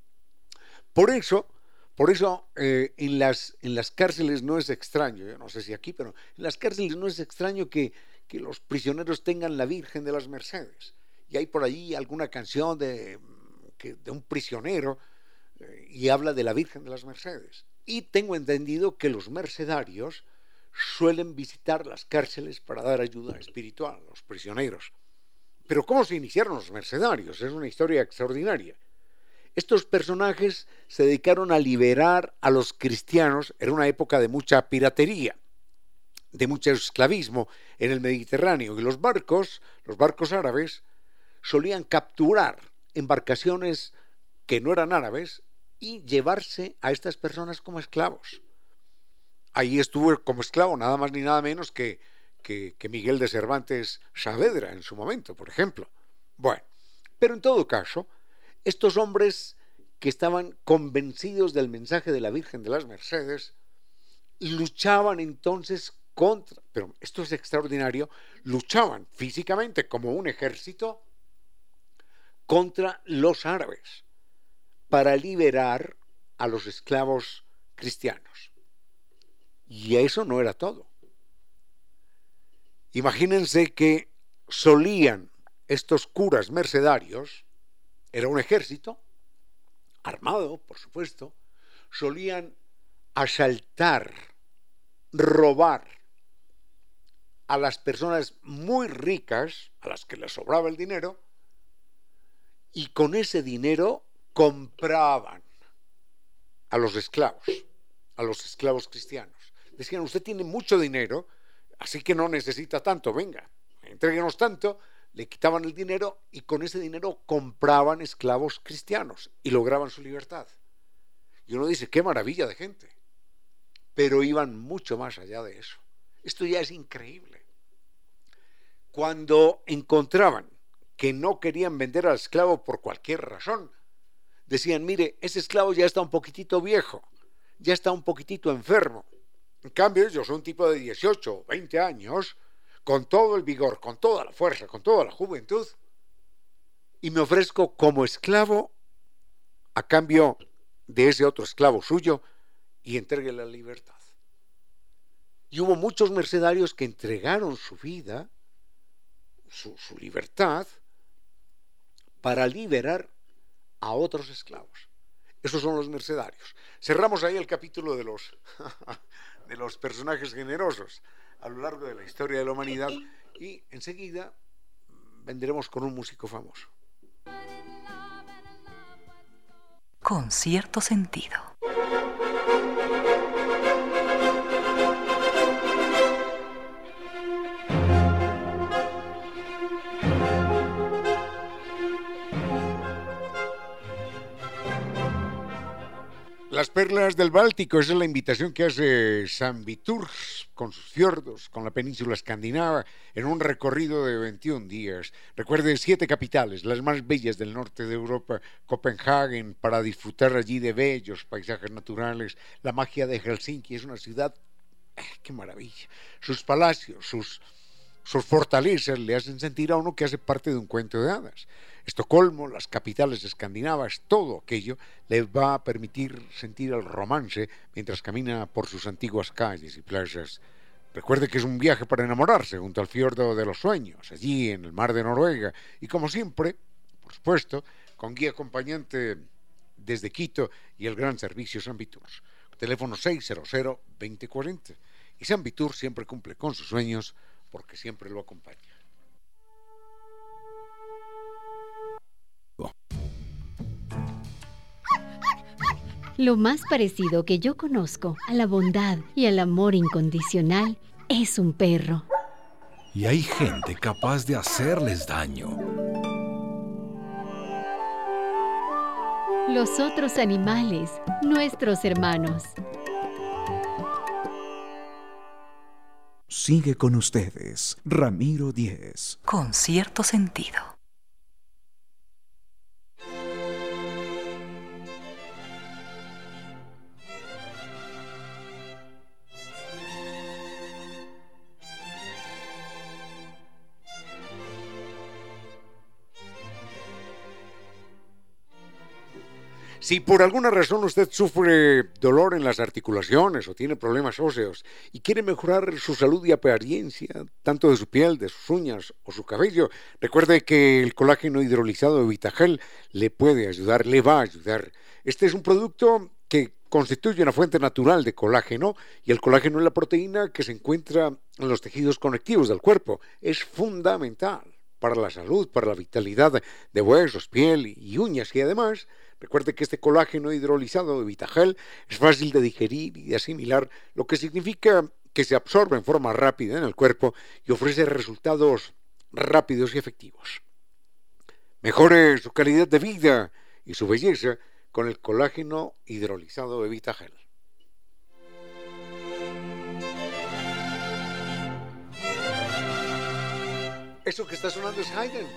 Por eso, por eso eh, en, las, en las cárceles no es extraño, yo no sé si aquí, pero en las cárceles no es extraño que, que los prisioneros tengan la Virgen de las Mercedes. Y hay por allí alguna canción de, que, de un prisionero eh, y habla de la Virgen de las Mercedes. Y tengo entendido que los mercedarios suelen visitar las cárceles para dar ayuda espiritual a los prisioneros. Pero ¿cómo se iniciaron los mercenarios? Es una historia extraordinaria. Estos personajes se dedicaron a liberar a los cristianos en una época de mucha piratería, de mucho esclavismo en el Mediterráneo, y los barcos, los barcos árabes, solían capturar embarcaciones que no eran árabes y llevarse a estas personas como esclavos. Ahí estuvo como esclavo nada más ni nada menos que, que, que Miguel de Cervantes Saavedra en su momento, por ejemplo. Bueno, pero en todo caso, estos hombres que estaban convencidos del mensaje de la Virgen de las Mercedes luchaban entonces contra, pero esto es extraordinario, luchaban físicamente como un ejército contra los árabes para liberar a los esclavos cristianos. Y eso no era todo. Imagínense que solían estos curas mercedarios, era un ejército armado, por supuesto, solían asaltar, robar a las personas muy ricas, a las que les sobraba el dinero, y con ese dinero compraban a los esclavos, a los esclavos cristianos. Decían, usted tiene mucho dinero, así que no necesita tanto, venga, entréguenos tanto. Le quitaban el dinero y con ese dinero compraban esclavos cristianos y lograban su libertad. Y uno dice, qué maravilla de gente. Pero iban mucho más allá de eso. Esto ya es increíble. Cuando encontraban que no querían vender al esclavo por cualquier razón, decían, mire, ese esclavo ya está un poquitito viejo, ya está un poquitito enfermo. En cambio, yo soy un tipo de dieciocho o veinte años, con todo el vigor, con toda la fuerza, con toda la juventud, y me ofrezco como esclavo a cambio de ese otro esclavo suyo y entregue la libertad. Y hubo muchos mercenarios que entregaron su vida, su, su libertad, para liberar a otros esclavos. Esos son los mercenarios. Cerramos ahí el capítulo de los, de los personajes generosos a lo largo de la historia de la humanidad, y enseguida vendremos con un músico famoso. Con cierto sentido. Las perlas del Báltico, esa es la invitación que hace San Viturs con sus fiordos, con la península escandinava, en un recorrido de veintiún días. Recuerde, siete capitales, las más bellas del norte de Europa, Copenhague, para disfrutar allí de bellos paisajes naturales. La magia de Helsinki, es una ciudad, ¡eh, qué maravilla! Sus palacios, sus, sus fortalezas le hacen sentir a uno que hace parte de un cuento de hadas. Estocolmo, las capitales escandinavas, todo aquello le va a permitir sentir el romance mientras camina por sus antiguas calles y playas. Recuerde que es un viaje para enamorarse junto al fiordo de los sueños, allí en el mar de Noruega, y como siempre, por supuesto, con guía acompañante desde Quito y el gran servicio San Viturs. Teléfono seiscientos, veinte cuarenta. Y San Viturs siempre cumple con sus sueños porque siempre lo acompaña. Lo más parecido que yo conozco a la bondad y al amor incondicional es un perro. Y hay gente capaz de hacerles daño. Los otros animales, nuestros hermanos. Sigue con ustedes, Ramiro Díez. Con cierto sentido. Si por alguna razón usted sufre dolor en las articulaciones o tiene problemas óseos y quiere mejorar su salud y apariencia, tanto de su piel, de sus uñas o su cabello, recuerde que el colágeno hidrolizado de Vitagel le puede ayudar, le va a ayudar. Este es un producto que constituye una fuente natural de colágeno y el colágeno es la proteína que se encuentra en los tejidos conectivos del cuerpo. Es fundamental para la salud, para la vitalidad de huesos, piel y uñas y además, recuerde que este colágeno hidrolizado de Vitagel es fácil de digerir y de asimilar, lo que significa que se absorbe en forma rápida en el cuerpo y ofrece resultados rápidos y efectivos. Mejore su calidad de vida y su belleza con el colágeno hidrolizado de Vitagel. Eso que está sonando es Haydn.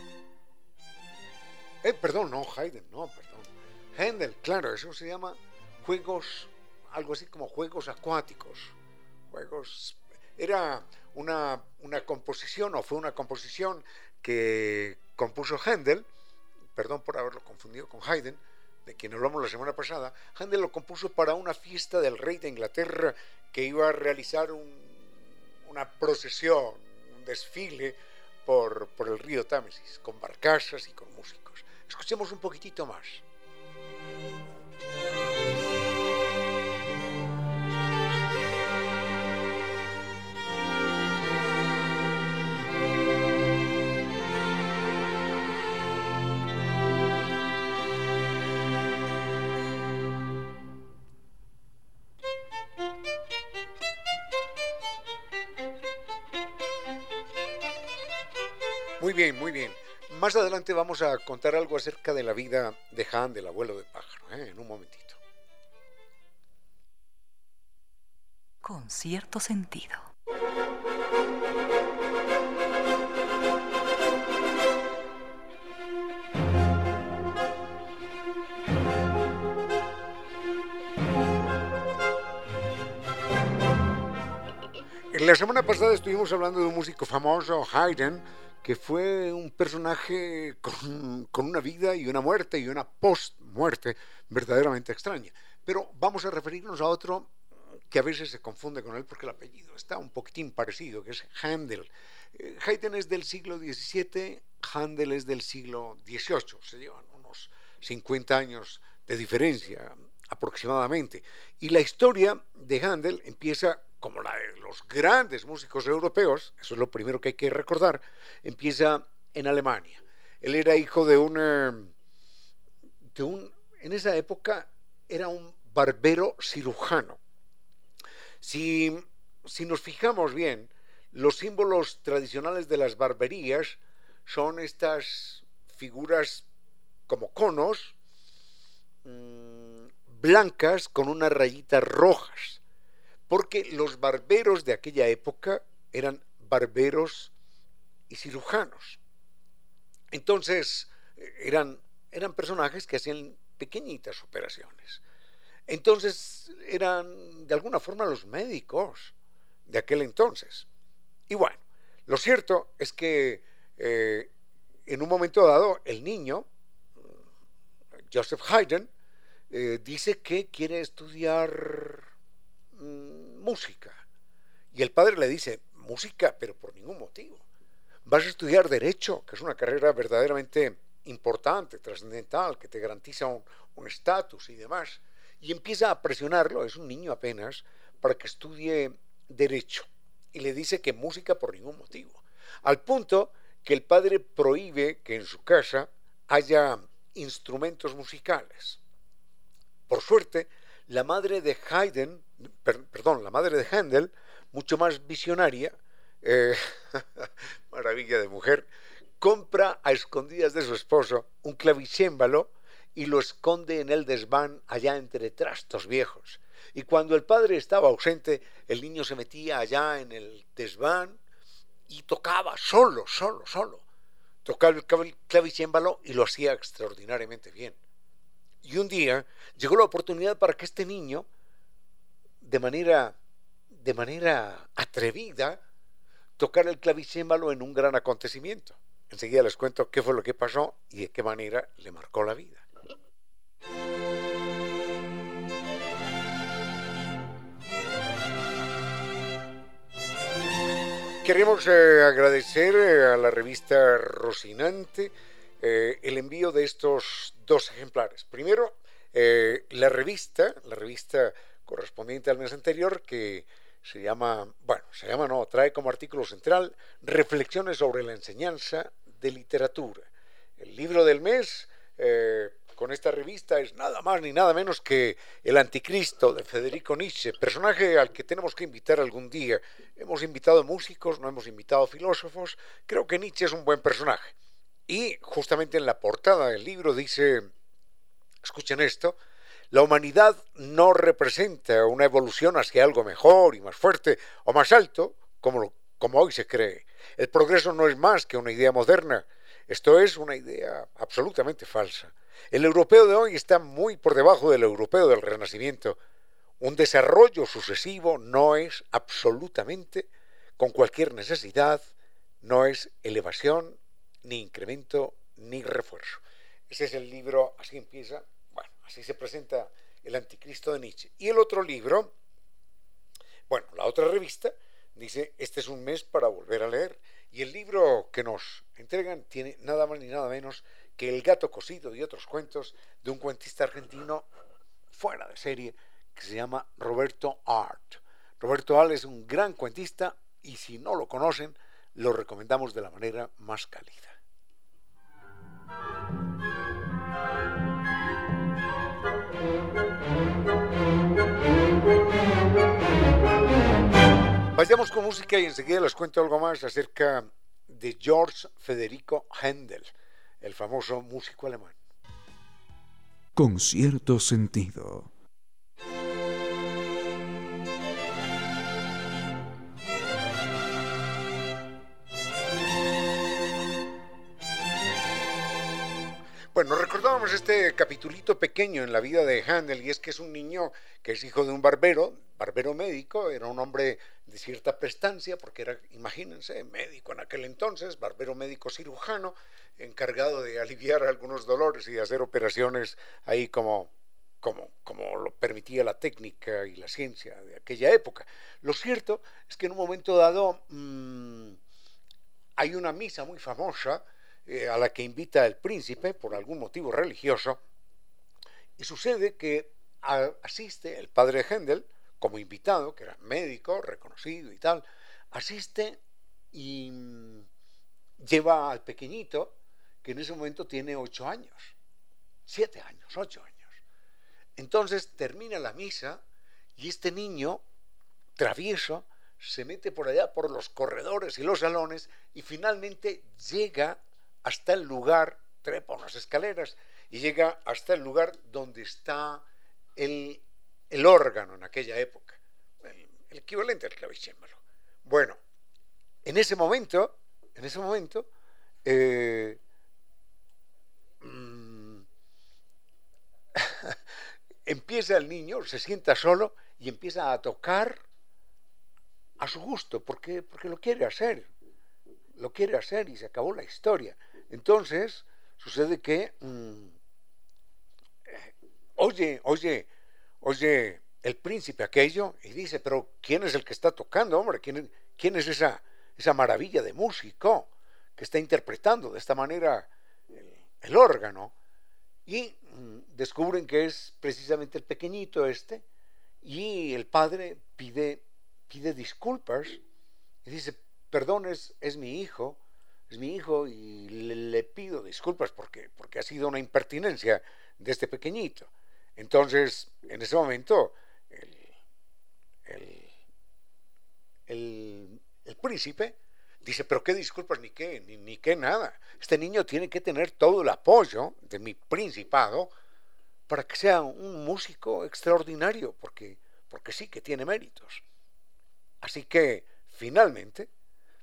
Eh, perdón, no, Haydn, no, perdón. Händel, claro, eso se llama juegos, algo así como juegos acuáticos. Juegos, era una, una composición, o fue una composición que compuso Händel, perdón por haberlo confundido con Haydn, de quien hablamos la semana pasada. Händel lo compuso para una fiesta del rey de Inglaterra que iba a realizar un, una procesión, un desfile por, por el río Támesis, con barcazas y con músicos. Escuchemos un poquitito más. Muy bien, muy bien. Más adelante vamos a contar algo acerca de la vida de Han, del abuelo de pájaro, ¿eh? En un momentito. Con cierto sentido. La semana pasada estuvimos hablando de un músico famoso, Haydn, que fue un personaje con, con una vida y una muerte y una post-muerte verdaderamente extraña. Pero vamos a referirnos a otro que a veces se confunde con él porque el apellido está un poquitín parecido, que es Händel. Eh, Haydn es del siglo diecisiete, Händel es del siglo dieciocho, se llevan unos cincuenta años de diferencia aproximadamente. Y la historia de Händel empieza como la de los grandes músicos europeos, eso es lo primero que hay que recordar, empieza en Alemania. Él era hijo de un, de un, en esa época era un barbero cirujano. Si, si nos fijamos bien, los símbolos tradicionales de las barberías son estas figuras como conos, mmm, blancas con unas rayitas rojas, porque los barberos de aquella época eran barberos y cirujanos. Entonces, eran, eran personajes que hacían pequeñitas operaciones. Entonces, eran de alguna forma los médicos de aquel entonces. Y bueno, lo cierto es que eh, en un momento dado, el niño, Joseph Haydn, eh, dice que quiere estudiar música, y el padre le dice: música, pero por ningún motivo, vas a estudiar derecho, que es una carrera verdaderamente importante, trascendental, que te garantiza un estatus y demás, y empieza a presionarlo, es un niño apenas, para que estudie derecho, y le dice que música por ningún motivo, al punto que el padre prohíbe que en su casa haya instrumentos musicales. Por suerte, la madre de Haydn, per, perdón, la madre de Händel, mucho más visionaria, eh, maravilla de mujer, compra a escondidas de su esposo un clavicémbalo y lo esconde en el desván allá entre trastos viejos. Y cuando el padre estaba ausente, el niño se metía allá en el desván y tocaba solo, solo, solo. Tocaba el clavicémbalo y lo hacía extraordinariamente bien. Y un día llegó la oportunidad para que este niño, de manera, de manera atrevida, tocara el clavicémbalo en un gran acontecimiento. Enseguida les cuento qué fue lo que pasó y de qué manera le marcó la vida. Queremos eh, agradecer eh, a la revista Rocinante eh, el envío de estos dos ejemplares. Primero, eh, la revista, la revista correspondiente al mes anterior, que se llama, bueno, se llama no, trae como artículo central Reflexiones sobre la enseñanza de literatura. El libro del mes eh, con esta revista es nada más ni nada menos que El Anticristo de Federico Nietzsche, personaje al que tenemos que invitar algún día. Hemos invitado músicos, no hemos invitado filósofos, creo que Nietzsche es un buen personaje. Y justamente en la portada del libro dice, escuchen esto, la humanidad no representa una evolución hacia algo mejor y más fuerte o más alto, como, lo, como hoy se cree. El progreso no es más que una idea moderna. Esto es una idea absolutamente falsa. El europeo de hoy está muy por debajo del europeo del Renacimiento. Un desarrollo sucesivo no es absolutamente, con cualquier necesidad, no es elevación, ni incremento, ni refuerzo. Ese es el libro, así empieza, bueno, así se presenta El Anticristo de Nietzsche. Y el otro libro, bueno, la otra revista, dice, este es un mes para volver a leer. Y el libro que nos entregan tiene nada más ni nada menos que El gato cocido y otros cuentos de un cuentista argentino fuera de serie que se llama Roberto Art. Roberto Art es un gran cuentista y si no lo conocen, lo recomendamos de la manera más cálida. Vayamos con música y enseguida les cuento algo más acerca de Georg Federico Händel, el famoso músico alemán. Con cierto sentido. Bueno, recordábamos este capitulito pequeño en la vida de Händel, y es que es un niño que es hijo de un barbero, barbero médico, era un hombre de cierta prestancia, porque era, imagínense, médico en aquel entonces, barbero médico cirujano, encargado de aliviar algunos dolores y de hacer operaciones ahí como, como, como lo permitía la técnica y la ciencia de aquella época. Lo cierto es que en un momento dado mmm, hay una misa muy famosa, a la que invita el príncipe por algún motivo religioso, y sucede que asiste el padre Händel como invitado, que era médico, reconocido y tal, asiste y lleva al pequeñito, que en ese momento tiene ocho años, siete años, ocho años. Entonces termina la misa y este niño travieso se mete por allá por los corredores y los salones y finalmente llega hasta el lugar, trepa unas escaleras y llega hasta el lugar donde está el, el órgano en aquella época, el, el equivalente al clavicémbalo. Bueno, en ese momento, en ese momento, eh, mmm, empieza el niño, se sienta solo y empieza a tocar a su gusto, porque, porque lo quiere hacer, lo quiere hacer y se acabó la historia. Entonces, sucede que, mmm, eh, oye, oye, oye, el príncipe aquello, y dice, pero ¿quién es el que está tocando, hombre? ¿Quién es, quién es esa, esa maravilla de músico que está interpretando de esta manera el, el órgano? Y mmm, descubren que es precisamente el pequeñito este, y el padre pide, pide disculpas, y dice, perdón, es, es mi hijo, es mi hijo y le, le pido disculpas porque, porque ha sido una impertinencia de este pequeñito. Entonces, en ese momento, el, el, el, el príncipe dice, pero qué disculpas ni qué, ni, ni qué nada. Este niño tiene que tener todo el apoyo de mi principado para que sea un músico extraordinario, porque, porque sí que tiene méritos. Así que, finalmente,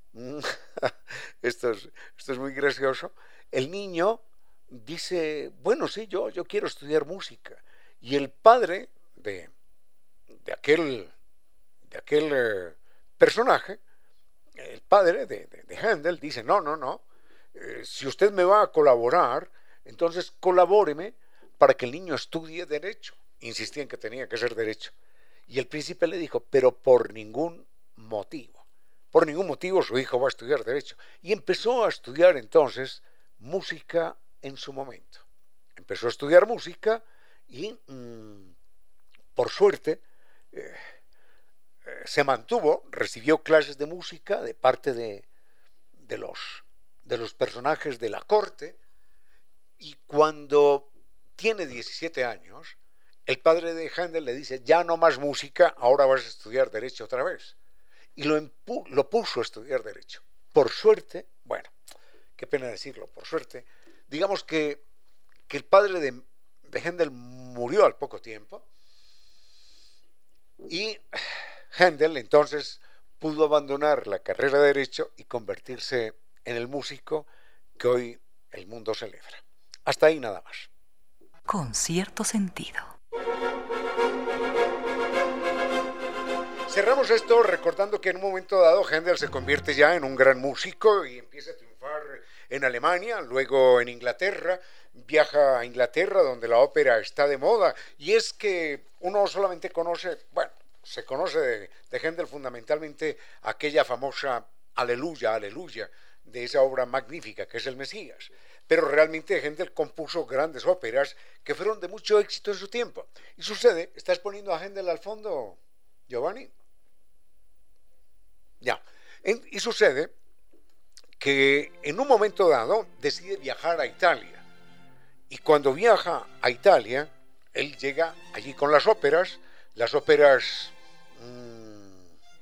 esto es, esto es muy gracioso, el niño dice, bueno, sí, yo, yo quiero estudiar música. Y el padre de, de aquel, de aquel eh, personaje, el padre de, de, de Händel, dice, no, no, no, eh, si usted me va a colaborar, entonces colabóreme para que el niño estudie derecho. Insistía en que tenía que ser derecho. Y el príncipe le dijo, pero por ningún motivo. Por ningún motivo su hijo va a estudiar derecho. Y empezó a estudiar entonces música en su momento. Empezó a estudiar música y mmm, por suerte eh, eh, se mantuvo, recibió clases de música de parte de, de, los, de los personajes de la corte, y cuando tiene diecisiete años, el padre de Händel le dice, ya no más música, ahora vas a estudiar Derecho otra vez. Y lo, empu- lo puso a estudiar Derecho. Por suerte, bueno, qué pena decirlo, por suerte, digamos que, que el padre de, de Händel murió al poco tiempo, y Händel entonces pudo abandonar la carrera de Derecho y convertirse en el músico que hoy el mundo celebra. Hasta ahí nada más. Con cierto sentido. Cerramos esto recordando que en un momento dado Händel se convierte ya en un gran músico y empieza a triunfar en Alemania, luego en Inglaterra, viaja a Inglaterra donde la ópera está de moda, y es que uno solamente conoce, bueno, se conoce de, de Händel fundamentalmente aquella famosa Aleluya, Aleluya, de esa obra magnífica que es el Mesías, pero realmente Händel compuso grandes óperas que fueron de mucho éxito en su tiempo. Y sucede, ¿estás poniendo a Händel al fondo, Giovanni? Ya, en, y sucede que en un momento dado decide viajar a Italia, y cuando viaja a Italia, él llega allí con las óperas, las óperas mmm,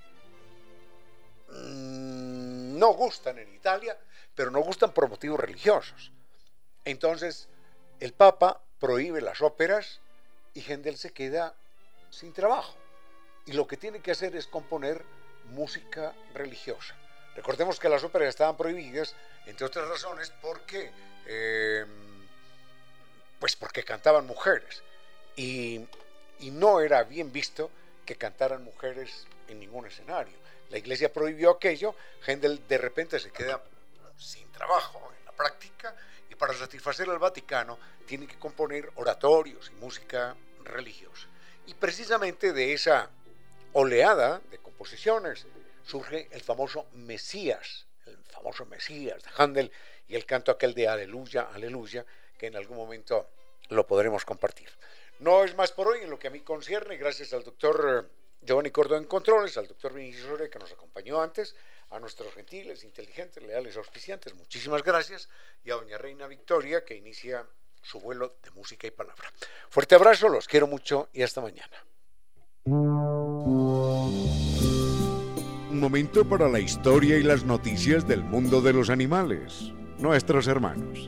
mmm, no gustan en Italia, pero no gustan por motivos religiosos. Entonces, el Papa prohíbe las óperas y Händel se queda sin trabajo, y lo que tiene que hacer es componer música religiosa. Recordemos que las óperas estaban prohibidas, entre otras razones, porque eh, pues porque cantaban mujeres, y, y no era bien visto que cantaran mujeres en ningún escenario. La Iglesia prohibió aquello. Händel de repente se queda sin trabajo en la práctica, y para satisfacer al Vaticano tiene que componer oratorios y música religiosa. Y precisamente de esa oleada de composiciones surge el famoso Mesías, el famoso Mesías de Händel, y el canto aquel de Aleluya, Aleluya, que en algún momento lo podremos compartir. No es más por hoy en lo que a mí concierne. Gracias al doctor Giovanni Córdoba en Controles, al doctor Vinicius Soria, que nos acompañó antes, a nuestros gentiles, inteligentes, leales, auspiciantes, muchísimas gracias, y a doña Reina Victoria, que inicia su vuelo de música y palabra. Fuerte abrazo, los quiero mucho y hasta mañana. Un momento para la historia y las noticias del mundo de los animales, nuestros hermanos.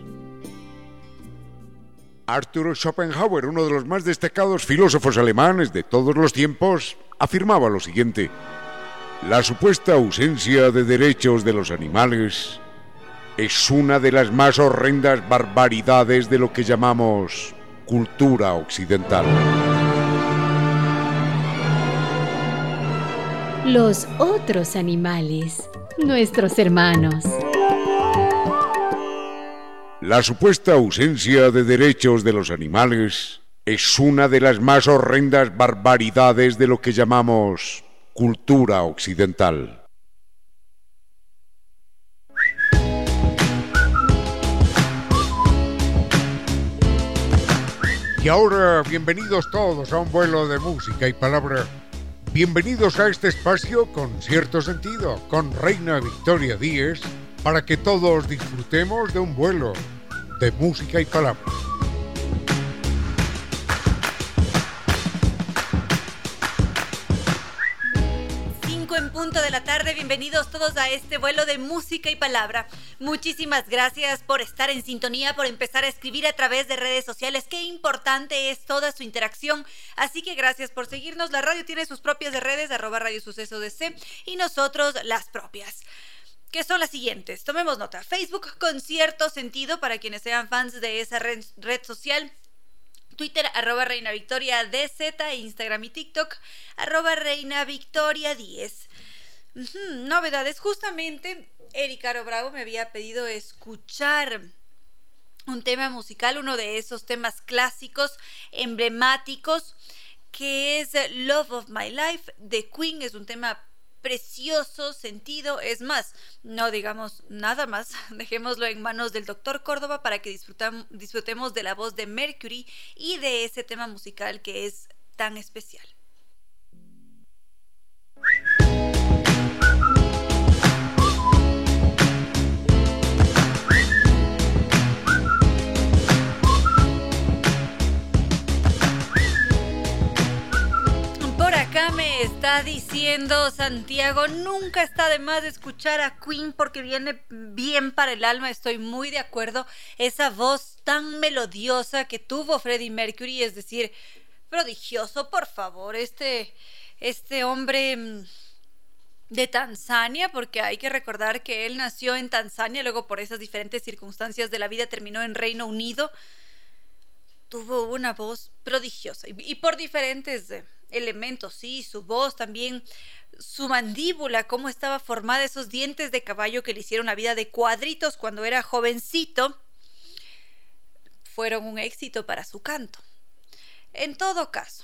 Arthur Schopenhauer, uno de los más destacados filósofos alemanes de todos los tiempos, afirmaba lo siguiente: la supuesta ausencia de derechos de los animales es una de las más horrendas barbaridades de lo que llamamos cultura occidental. Los otros animales, nuestros hermanos. La supuesta ausencia de derechos de los animales es una de las más horrendas barbaridades de lo que llamamos cultura occidental. Y ahora, bienvenidos todos a un vuelo de música y palabra. Bienvenidos a este espacio con cierto sentido, con Reina Victoria Díez, para que todos disfrutemos de un vuelo de música y palabra. En punto de la tarde, bienvenidos todos a este vuelo de música y palabra. Muchísimas gracias por estar en sintonía, por empezar a escribir a través de redes sociales. Qué importante es toda su interacción, así que gracias por seguirnos. La radio tiene sus propias redes, arroba Radio Suceso D C, y nosotros las propias, que son las siguientes. Tomemos nota: Facebook con cierto sentido para quienes sean fans de esa red, red social, Twitter, arroba Reina Victoria D Z, Instagram y TikTok, arroba Reina Victoria diez. Uh-huh, novedades. Justamente, Erika Caro Bravo me había pedido escuchar un tema musical, uno de esos temas clásicos, emblemáticos, que es Love of My Life de Queen. Es un tema precioso sentido. Es más, no digamos nada más, dejémoslo en manos del doctor Córdoba para que disfrutemos de la voz de Mercury y de ese tema musical que es tan especial. Acá me está diciendo Santiago, nunca está de más escuchar a Queen porque viene bien para el alma. Estoy muy de acuerdo. Esa voz tan melodiosa que tuvo Freddie Mercury, es decir, prodigioso, por favor. Este, este hombre de Tanzania, porque hay que recordar que él nació en Tanzania, luego por esas diferentes circunstancias de la vida terminó en Reino Unido. Tuvo una voz prodigiosa y, y por diferentes elementos, sí, su voz también, su mandíbula, cómo estaba formada, esos dientes de caballo que le hicieron la vida de cuadritos cuando era jovencito, fueron un éxito para su canto. En todo caso,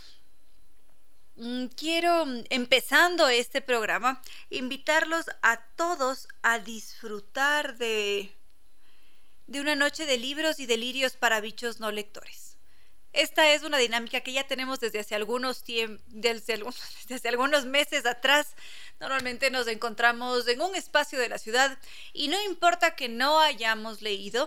quiero, empezando este programa, invitarlos a todos a disfrutar de, de una noche de libros y delirios para bichos no lectores. Esta es una dinámica que ya tenemos desde hace algunos tiempos, desde algunos, desde algunos meses atrás. Normalmente nos encontramos en un espacio de la ciudad y no importa que no hayamos leído,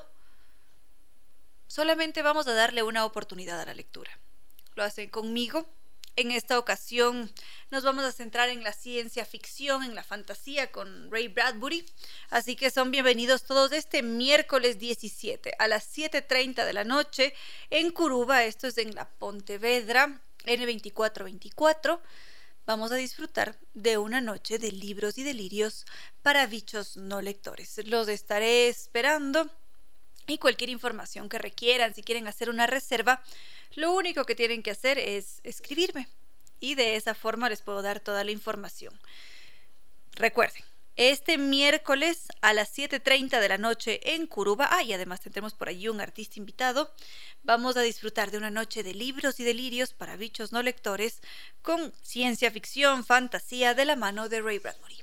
solamente vamos a darle una oportunidad a la lectura. Lo hacen conmigo. En esta ocasión nos vamos a centrar en la ciencia ficción, en la fantasía con Ray Bradbury. Así que son bienvenidos todos este miércoles diecisiete a las siete treinta de la noche en Curuba. Esto es en la Pontevedra, ene veinticuatro veinticuatro. Vamos a disfrutar de una noche de libros y delirios para bichos no lectores. Los estaré esperando. Y cualquier información que requieran, si quieren hacer una reserva, lo único que tienen que hacer es escribirme y de esa forma les puedo dar toda la información. Recuerden, este miércoles a las siete treinta de la noche en Curuba, ah, y además tendremos por allí un artista invitado, vamos a disfrutar de una noche de libros y delirios para bichos no lectores con ciencia ficción, fantasía de la mano de Ray Bradbury.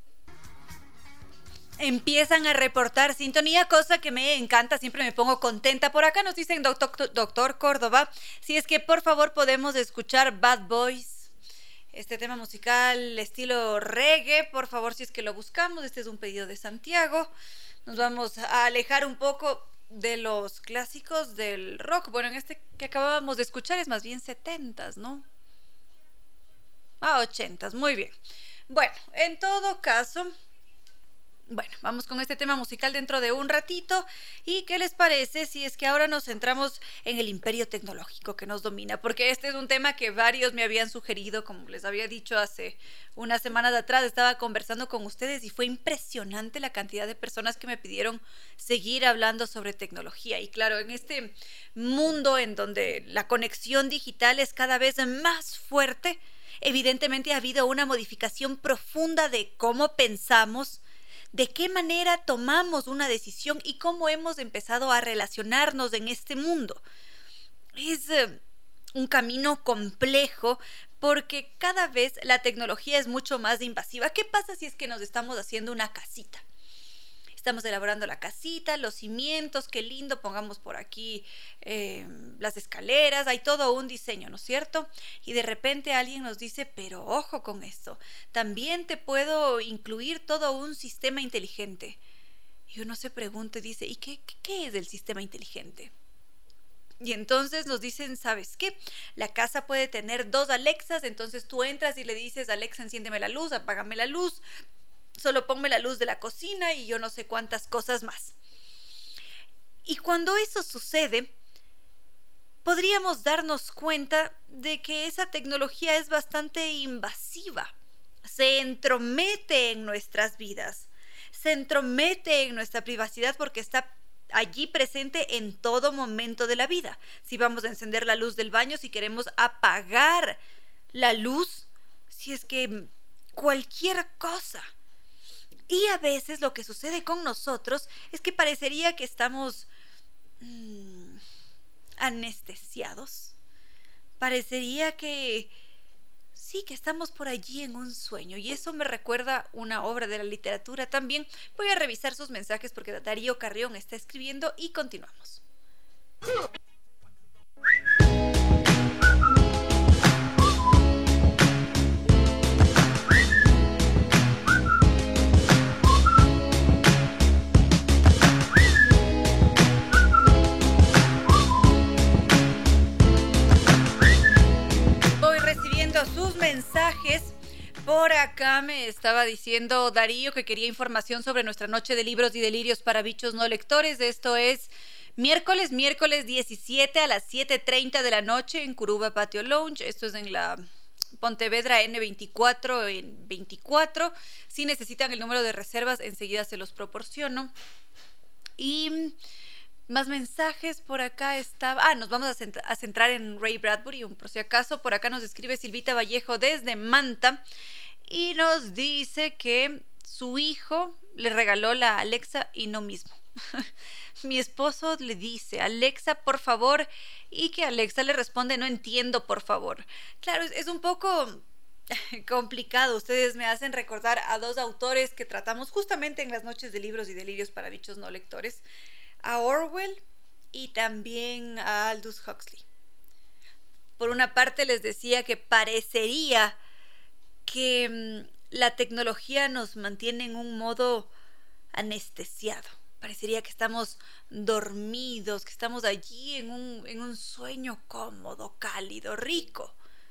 Empiezan a reportar sintonía, cosa que me encanta, siempre me pongo contenta. Por acá nos dicen doctor, doctor Córdoba, si es que por favor podemos escuchar Bad Boys, este tema musical estilo reggae, por favor, si es que lo buscamos. Este es un pedido de Santiago. Nos vamos a alejar un poco de los clásicos del rock. Bueno, en este que acabábamos de escuchar es más bien setentas, ¿no? Ah, ochentas, muy bien. Bueno, en todo caso... Bueno, vamos con este tema musical dentro de un ratito. ¿Y qué les parece si es que ahora nos centramos en el imperio tecnológico que nos domina? Porque este es un tema que varios me habían sugerido, como les había dicho hace unas semanas atrás, estaba conversando con ustedes y fue impresionante la cantidad de personas que me pidieron seguir hablando sobre tecnología. Y claro, en este mundo en donde la conexión digital es cada vez más fuerte, evidentemente ha habido una modificación profunda de cómo pensamos, de qué manera tomamos una decisión y cómo hemos empezado a relacionarnos en este mundo. Es eh, un camino complejo porque cada vez la tecnología es mucho más invasiva. ¿Qué pasa si es que nos estamos haciendo una casita? Estamos elaborando la casita, los cimientos, qué lindo, pongamos por aquí eh, las escaleras, hay todo un diseño, ¿no es cierto? Y de repente alguien nos dice, pero ojo con esto, también te puedo incluir todo un sistema inteligente. Y uno se pregunta y dice, ¿y qué, qué es el sistema inteligente? Y entonces nos dicen, ¿sabes qué? La casa puede tener dos Alexas, entonces tú entras y le dices, Alexa, enciéndeme la luz, apágame la luz, solo ponme la luz de la cocina y yo no sé cuántas cosas más. Y cuando eso sucede, podríamos darnos cuenta de que esa tecnología es bastante invasiva. Se entromete en nuestras vidas, se entromete en nuestra privacidad porque está allí presente en todo momento de la vida. Si vamos a encender la luz del baño, si queremos apagar la luz, si es que cualquier cosa. Y a veces lo que sucede con nosotros es que parecería que estamos mmm, anestesiados. Parecería que, sí, sí, que estamos por allí en un sueño. Y eso me recuerda una obra de la literatura también. Voy a revisar sus mensajes porque Darío Carrión está escribiendo y continuamos. Sus mensajes. Por acá me estaba diciendo Darío que quería información sobre nuestra noche de libros y delirios para bichos no lectores. Esto es miércoles, miércoles diecisiete a las siete treinta de la noche en Curuba Patio Lounge. Esto es en la Pontevedra ene veinticuatro en veinticuatro. Si necesitan el número de reservas, enseguida se los proporciono. Y más mensajes por acá estaba. Ah, nos vamos a, cent- a centrar en Ray Bradbury, un por si acaso. Por acá nos escribe Silvita Vallejo desde Manta y nos dice que su hijo le regaló la Alexa y no mismo. Mi esposo le dice, Alexa, por favor, y que Alexa le responde, no entiendo, por favor. Claro, es, es un poco complicado. Ustedes me hacen recordar a dos autores que tratamos justamente en las noches de libros y delirios para bichos no lectores. A Orwell y también a Aldous Huxley. Por una parte les decía que parecería que mmm, la tecnología nos mantiene en un modo anestesiado. Parecería que estamos dormidos, que estamos allí en un, en un sueño cómodo, cálido, rico.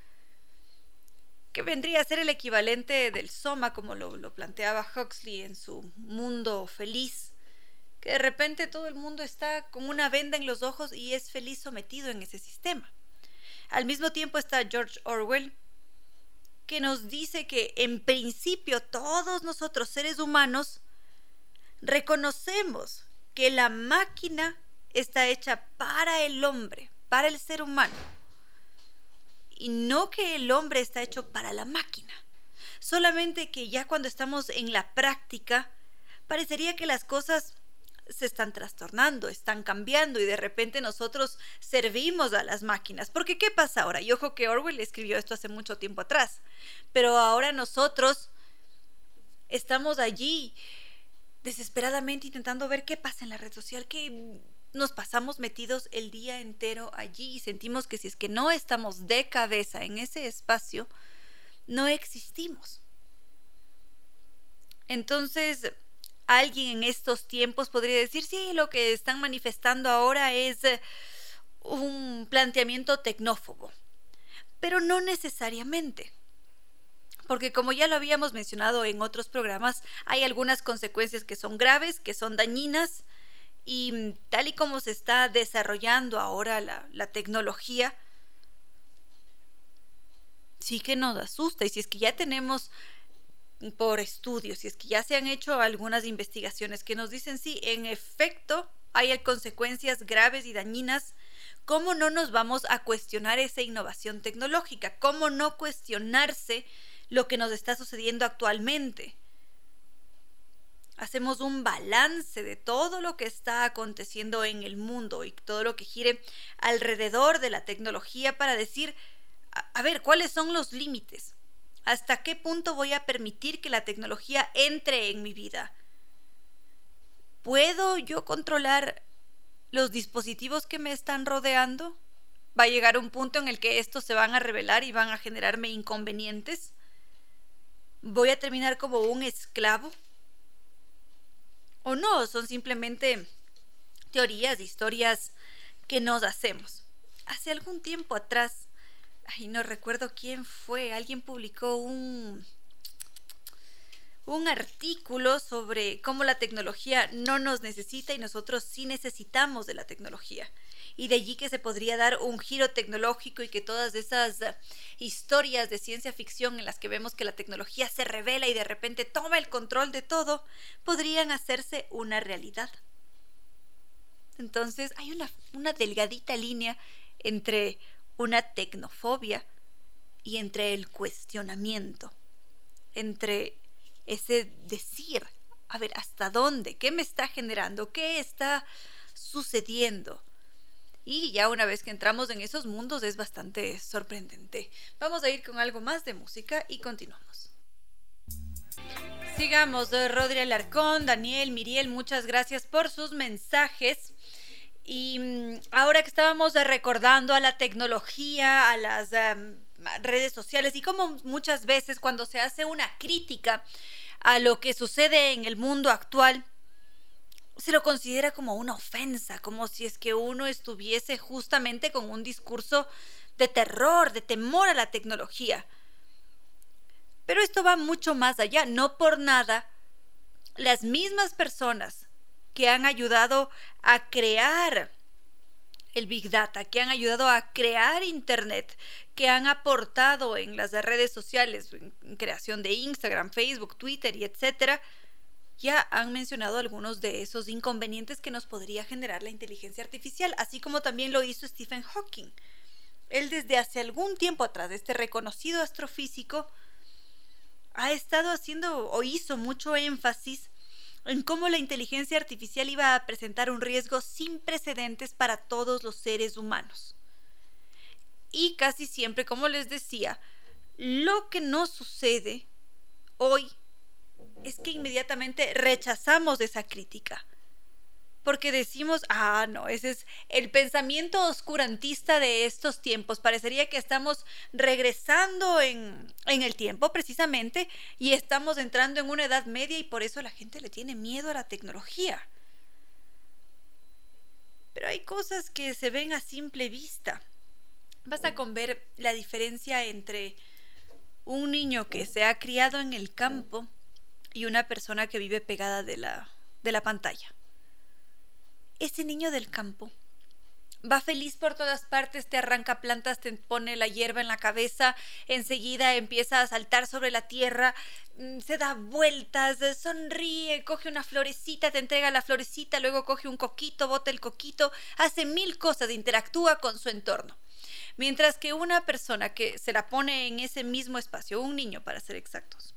Que vendría a ser el equivalente del soma, como lo, lo planteaba Huxley en su Mundo Feliz. Que de repente todo el mundo está con una venda en los ojos y es feliz sometido en ese sistema. Al mismo tiempo está George Orwell, que nos dice que en principio todos nosotros seres humanos reconocemos que la máquina está hecha para el hombre, para el ser humano, y no que el hombre está hecho para la máquina. Solamente que ya cuando estamos en la práctica, parecería que las cosas se están trastornando, están cambiando y de repente nosotros servimos a las máquinas. Porque ¿qué pasa ahora? Y ojo que Orwell escribió esto hace mucho tiempo atrás, pero ahora nosotros estamos allí desesperadamente intentando ver qué pasa en la red social, que nos pasamos metidos el día entero allí y sentimos que si es que no estamos de cabeza en ese espacio, no existimos. Entonces, alguien en estos tiempos podría decir, sí, lo que están manifestando ahora es un planteamiento tecnófobo, pero no necesariamente, porque como ya lo habíamos mencionado en otros programas, hay algunas consecuencias que son graves, que son dañinas, y tal y como se está desarrollando ahora la, la tecnología, sí que nos asusta. Y si es que ya tenemos por estudios, si es que ya se han hecho algunas investigaciones que nos dicen, sí, en efecto hay consecuencias graves y dañinas, ¿cómo no nos vamos a cuestionar esa innovación tecnológica? ¿Cómo no cuestionarse lo que nos está sucediendo actualmente? Hacemos un balance de todo lo que está aconteciendo en el mundo y todo lo que gire alrededor de la tecnología para decir, a, a ver, ¿cuáles son los límites? ¿Hasta qué punto voy a permitir que la tecnología entre en mi vida? ¿Puedo yo controlar los dispositivos que me están rodeando? ¿Va a llegar un punto en el que estos se van a revelar y van a generarme inconvenientes? ¿Voy a terminar como un esclavo? ¿O no? Son simplemente teorías, historias que nos hacemos. Hace algún tiempo atrás, ay, no recuerdo quién fue, alguien publicó un, un artículo sobre cómo la tecnología no nos necesita y nosotros sí necesitamos de la tecnología. Y de allí que se podría dar un giro tecnológico y que todas esas uh, historias de ciencia ficción en las que vemos que la tecnología se revela y de repente toma el control de todo, podrían hacerse una realidad. Entonces hay una, una delgadita línea entre una tecnofobia y entre el cuestionamiento, entre ese decir, a ver, ¿hasta dónde? ¿Qué me está generando? ¿Qué está sucediendo? Y ya una vez que entramos en esos mundos es bastante sorprendente. Vamos a ir con algo más de música y continuamos. Sigamos, Rodri Alarcón, Daniel, Miriel, muchas gracias por sus mensajes. Y ahora que estábamos recordando a la tecnología, a las um, redes sociales, y como muchas veces cuando se hace una crítica a lo que sucede en el mundo actual, se lo considera como una ofensa, como si es que uno estuviese justamente con un discurso de terror, de temor a la tecnología. Pero esto va mucho más allá. No por nada, las mismas personas que han ayudado a crear el Big Data, que han ayudado a crear Internet, que han aportado en las redes sociales, en creación de Instagram, Facebook, Twitter y etcétera, ya han mencionado algunos de esos inconvenientes que nos podría generar la inteligencia artificial, así como también lo hizo Stephen Hawking. Él desde hace algún tiempo atrás, este reconocido astrofísico, ha estado haciendo o hizo mucho énfasis en cómo la inteligencia artificial iba a presentar un riesgo sin precedentes para todos los seres humanos. Y casi siempre, como les decía, lo que no sucede hoy es que inmediatamente rechazamos esa crítica, porque decimos, ah, no, ese es el pensamiento oscurantista de estos tiempos. Parecería que estamos regresando en, en el tiempo precisamente y estamos entrando en una edad media y por eso la gente le tiene miedo a la tecnología. Pero hay cosas que se ven a simple vista. Basta con ver la diferencia entre un niño que se ha criado en el campo y una persona que vive pegada de la, de la pantalla. Ese niño del campo va feliz por todas partes, te arranca plantas, te pone la hierba en la cabeza, enseguida empieza a saltar sobre la tierra, se da vueltas, sonríe, coge una florecita, te entrega la florecita, luego coge un coquito, bota el coquito, hace mil cosas, interactúa con su entorno. Mientras que una persona que se la pone en ese mismo espacio, un niño para ser exactos,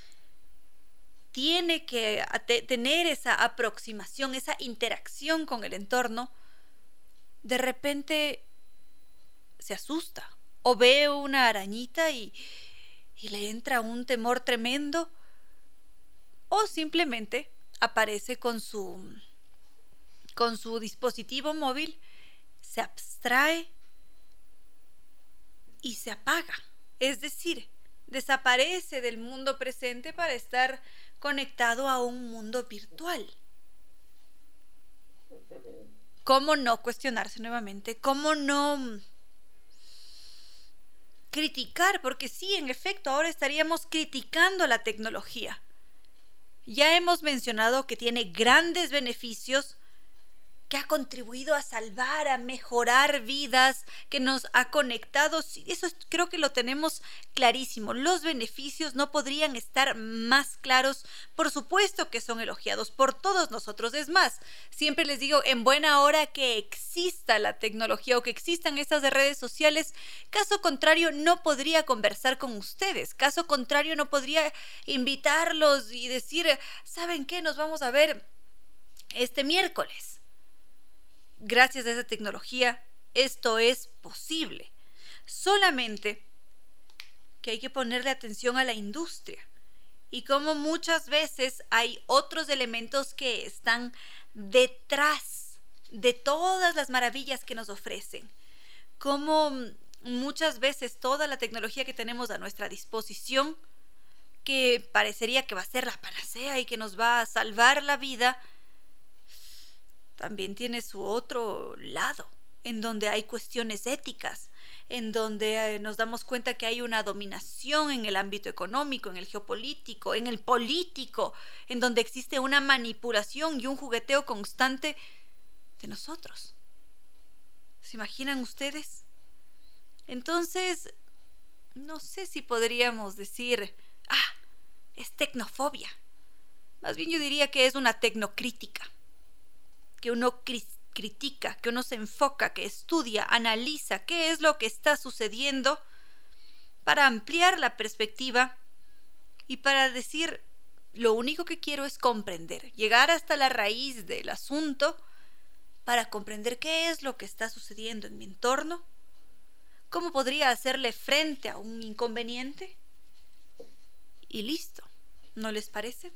tiene que tener esa aproximación, esa interacción con el entorno, de repente se asusta o ve una arañita y, y le entra un temor tremendo, o simplemente aparece con su, con su dispositivo móvil, se abstrae y se apaga, es decir, desaparece del mundo presente para estar conectado a un mundo virtual. ¿Cómo no cuestionarse nuevamente? ¿Cómo no criticar? Porque sí, en efecto, ahora estaríamos criticando la tecnología. Ya hemos mencionado que tiene grandes beneficios, que ha contribuido a salvar, a mejorar vidas, que nos ha conectado. Eso creo que lo tenemos clarísimo. Los beneficios no podrían estar más claros. Por supuesto que son elogiados por todos nosotros. Es más, siempre les digo, en buena hora que exista la tecnología o que existan estas redes sociales. Caso contrario, no podría conversar con ustedes. Caso contrario, no podría invitarlos y decir, ¿saben qué? Nos vamos a ver este miércoles. Gracias a esa tecnología, esto es posible. Solamente que hay que ponerle atención a la industria y como muchas veces hay otros elementos que están detrás de todas las maravillas que nos ofrecen. Como muchas veces toda la tecnología que tenemos a nuestra disposición, que parecería que va a ser la panacea y que nos va a salvar la vida, también tiene su otro lado, en donde hay cuestiones éticas, en donde eh, nos damos cuenta que hay una dominación en el ámbito económico, en el geopolítico, en el político, en donde existe una manipulación y un jugueteo constante de nosotros. ¿Se imaginan ustedes? Entonces, no sé si podríamos decir, ah, es tecnofobia. Más bien yo diría que es una tecnocrítica. Que uno cri- critica, que uno se enfoca, que estudia, analiza qué es lo que está sucediendo para ampliar la perspectiva y para decir, lo único que quiero es comprender, llegar hasta la raíz del asunto para comprender qué es lo que está sucediendo en mi entorno, cómo podría hacerle frente a un inconveniente y listo, ¿no les parece?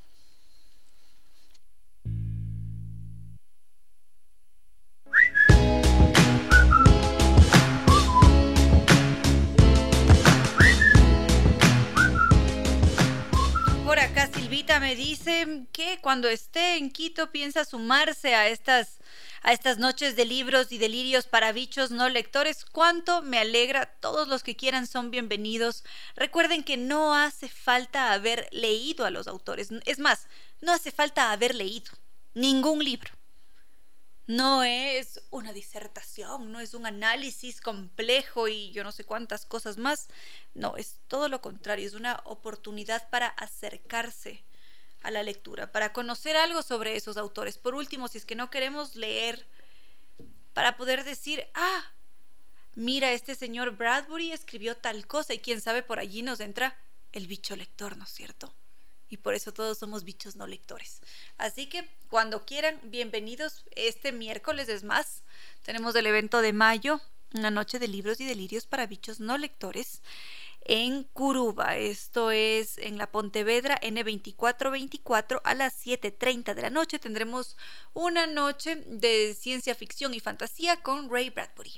Por acá Silvita me dice que cuando esté en Quito piensa sumarse a estas, a estas noches de libros y delirios para bichos no lectores. Cuánto me alegra, todos los que quieran son bienvenidos. Recuerden que no hace falta haber leído a los autores, es más, no hace falta haber leído ningún libro. No es una disertación, no es un análisis complejo y yo no sé cuántas cosas más. No, es todo lo contrario, es una oportunidad para acercarse a la lectura, para conocer algo sobre esos autores. Por último, si es que no queremos leer, para poder decir, ah, mira, este señor Bradbury escribió tal cosa y quién sabe, por allí nos entra el bicho lector, ¿no es cierto? Y por eso todos somos bichos no lectores. Así que cuando quieran, bienvenidos. Este miércoles es más, tenemos el evento de mayo, una noche de libros y delirios para bichos no lectores en Curuba. Esto es en la Pontevedra ene veinticuatro veinticuatro a las siete treinta de la noche. Tendremos una noche de ciencia ficción y fantasía con Ray Bradbury.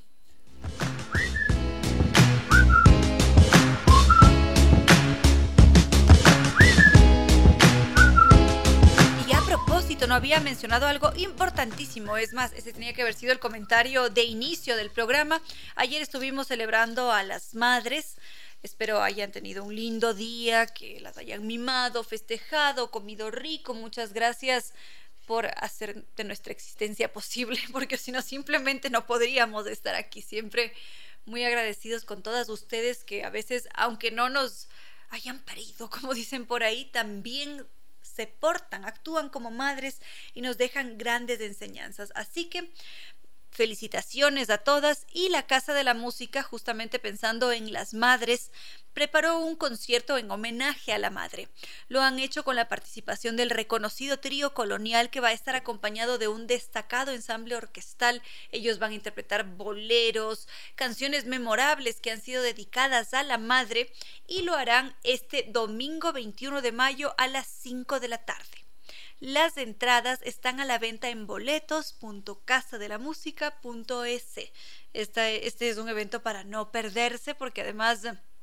No había mencionado algo importantísimo, es más, ese tenía que haber sido el comentario de inicio del programa. Ayer estuvimos celebrando a las madres, espero hayan tenido un lindo día, que las hayan mimado, festejado, comido rico. Muchas gracias por hacer de nuestra existencia posible, porque si no simplemente no podríamos estar aquí. Siempre muy agradecidos con todas ustedes que a veces, aunque no nos hayan parido, como dicen por ahí, también se portan, actúan como madres y nos dejan grandes enseñanzas. Así que felicitaciones a todas. Y la Casa de la Música, justamente pensando en las madres, preparó un concierto en homenaje a la madre. Lo han hecho con la participación del reconocido trío Colonial, que va a estar acompañado de un destacado ensamble orquestal. Ellos van a interpretar boleros, canciones memorables que han sido dedicadas a la madre, y lo harán este domingo veintiuno de mayo a las cinco de la tarde. Las entradas están a la venta en boletos punto casa de la música punto es. Este, este es un evento para no perderse, porque además,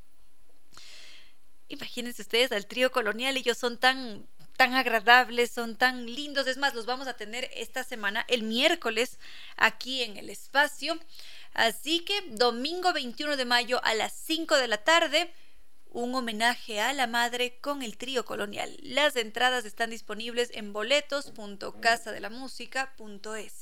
imagínense ustedes al trío Colonial, ellos son tan, tan agradables, son tan lindos. Es más, los vamos a tener esta semana, el miércoles, aquí en el espacio. Así que domingo veintiuno de mayo a las cinco de la tarde, un homenaje a la madre con el trío Colonial. Las entradas están disponibles en boletos punto casa de la música punto es.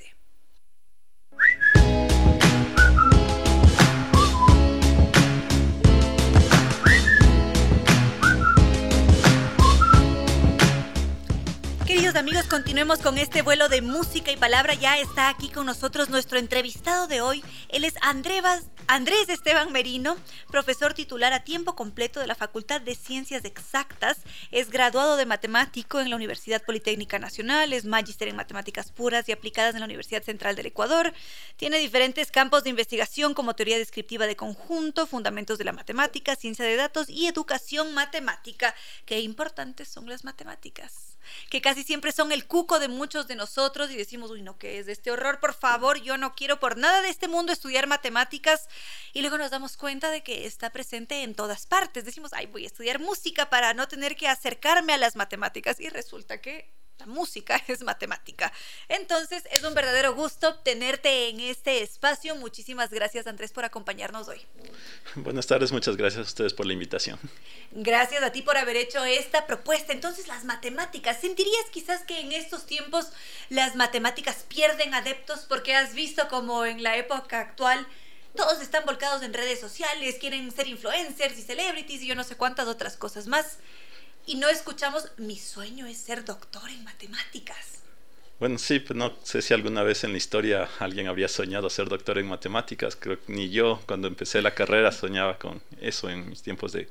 Queridos amigos, continuemos con este vuelo de música y palabra. Ya está aquí con nosotros nuestro entrevistado de hoy. Él es Andrés, Andrés Esteban Merino, profesor titular a tiempo completo de la Facultad de Ciencias Exactas. Es graduado de matemático en la Universidad Politécnica Nacional, es magíster en matemáticas puras y aplicadas en la Universidad Central del Ecuador. Tiene diferentes campos de investigación como teoría descriptiva de conjunto, fundamentos de la matemática, ciencia de datos y educación matemática. Qué importantes son las matemáticas, que casi siempre son el cuco de muchos de nosotros y decimos, uy, no, ¿qué es este horror? Por favor, yo no quiero por nada de este mundo estudiar matemáticas, y luego nos damos cuenta de que está presente en todas partes. Decimos, ay, voy a estudiar música para no tener que acercarme a las matemáticas, y resulta que la música es matemática. Entonces, es un verdadero gusto tenerte en este espacio. Muchísimas gracias, Andrés, por acompañarnos hoy. Buenas tardes, muchas gracias a ustedes por la invitación. Gracias a ti por haber hecho esta propuesta. Entonces, las matemáticas, ¿sentirías quizás que en estos tiempos las matemáticas pierden adeptos? Porque has visto como en la época actual todos están volcados en redes sociales, quieren ser influencers y celebrities y yo no sé cuántas otras cosas más. Y no escuchamos, mi sueño es ser doctor en matemáticas. Bueno, sí, pues no sé si alguna vez en la historia alguien habría soñado ser doctor en matemáticas. Creo que ni yo, cuando empecé la carrera, soñaba con eso en mis tiempos de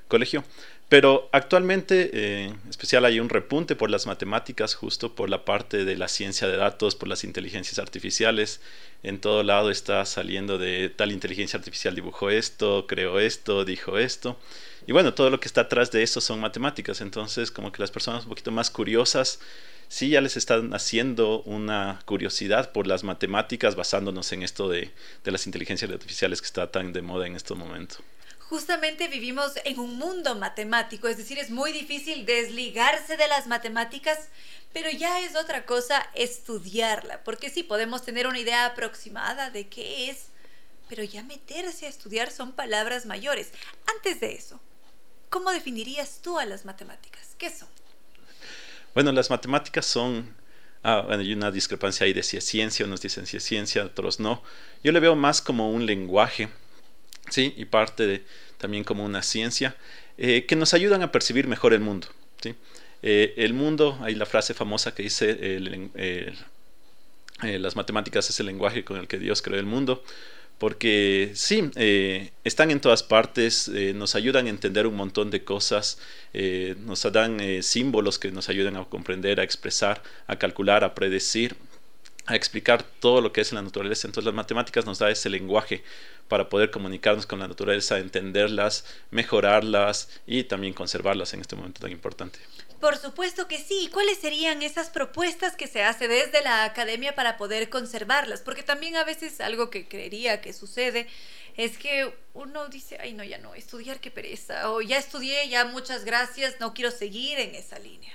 colegio. Pero actualmente, eh, en especial, hay un repunte por las matemáticas, justo por la parte de la ciencia de datos, por las inteligencias artificiales. En todo lado está saliendo de tal inteligencia artificial dibujó esto, creó esto, dijo esto. Y bueno, todo lo que está atrás de eso son matemáticas. Entonces, como que las personas un poquito más curiosas, sí ya les están haciendo una curiosidad por las matemáticas basándonos en esto de, de las inteligencias artificiales que está tan de moda en este momento. Justamente vivimos en un mundo matemático, es decir, es muy difícil desligarse de las matemáticas, pero ya es otra cosa estudiarla, porque sí, podemos tener una idea aproximada de qué es, pero ya meterse a estudiar son palabras mayores. Antes de eso, ¿cómo definirías tú a las matemáticas? ¿Qué son? Bueno, las matemáticas son... Ah, bueno, hay una discrepancia ahí de si es ciencia, unos dicen si es ciencia, otros no. Yo le veo más como un lenguaje, ¿sí? Y parte de, también como una ciencia, eh, que nos ayudan a percibir mejor el mundo, ¿sí? Eh, el mundo, hay la frase famosa que dice, el, el, eh, las matemáticas es el lenguaje con el que Dios creó el mundo, porque sí, eh, están en todas partes, eh, nos ayudan a entender un montón de cosas, eh, nos dan eh, símbolos que nos ayudan a comprender, a expresar, a calcular, a predecir, a explicar todo lo que es la naturaleza. Entonces las matemáticas nos da ese lenguaje para poder comunicarnos con la naturaleza, entenderlas, mejorarlas y también conservarlas en este momento tan importante. Por supuesto que sí. ¿Cuáles serían esas propuestas que se hace desde la academia para poder conservarlas? Porque también a veces algo que creería que sucede es que uno dice, ay no, ya no, estudiar qué pereza, o ya estudié, ya muchas gracias, no quiero seguir en esa línea.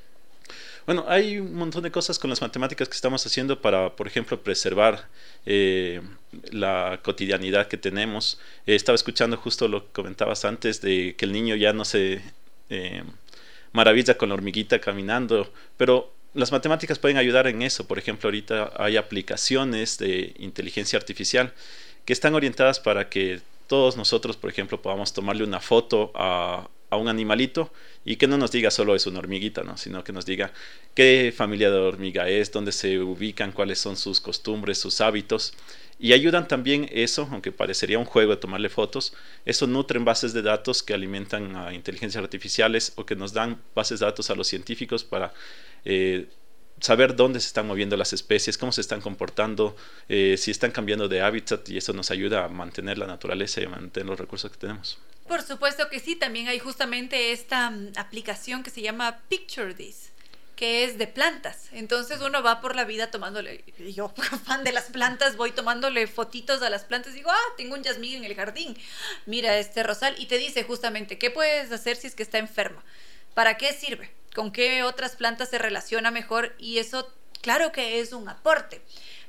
Bueno, hay un montón de cosas con las matemáticas que estamos haciendo para, por ejemplo, preservar eh, la cotidianidad que tenemos. Eh, estaba escuchando justo lo que comentabas antes de que el niño ya no se eh, maravilla con la hormiguita caminando, pero las matemáticas pueden ayudar en eso. Por ejemplo, ahorita hay aplicaciones de inteligencia artificial que están orientadas para que todos nosotros, por ejemplo, podamos tomarle una foto a, a un animalito y que no nos diga solo es una hormiguita, ¿no? Sino que nos diga qué familia de hormiga es, dónde se ubican, cuáles son sus costumbres, sus hábitos. Y ayudan también eso, aunque parecería un juego de tomarle fotos, eso nutren bases de datos que alimentan a inteligencias artificiales o que nos dan bases de datos a los científicos para eh, saber dónde se están moviendo las especies, cómo se están comportando, eh, si están cambiando de hábitat, y eso nos ayuda a mantener la naturaleza y a mantener los recursos que tenemos. Por supuesto que sí, también hay justamente esta um, aplicación que se llama Picture This, que es de plantas. Entonces uno va por la vida tomándole, yo fan de las plantas, voy tomándole fotitos a las plantas y digo, ah, tengo un jazmín en el jardín, mira este rosal, y te dice justamente qué puedes hacer si es que está enferma, para qué sirve, con qué otras plantas se relaciona mejor, y eso claro que es un aporte.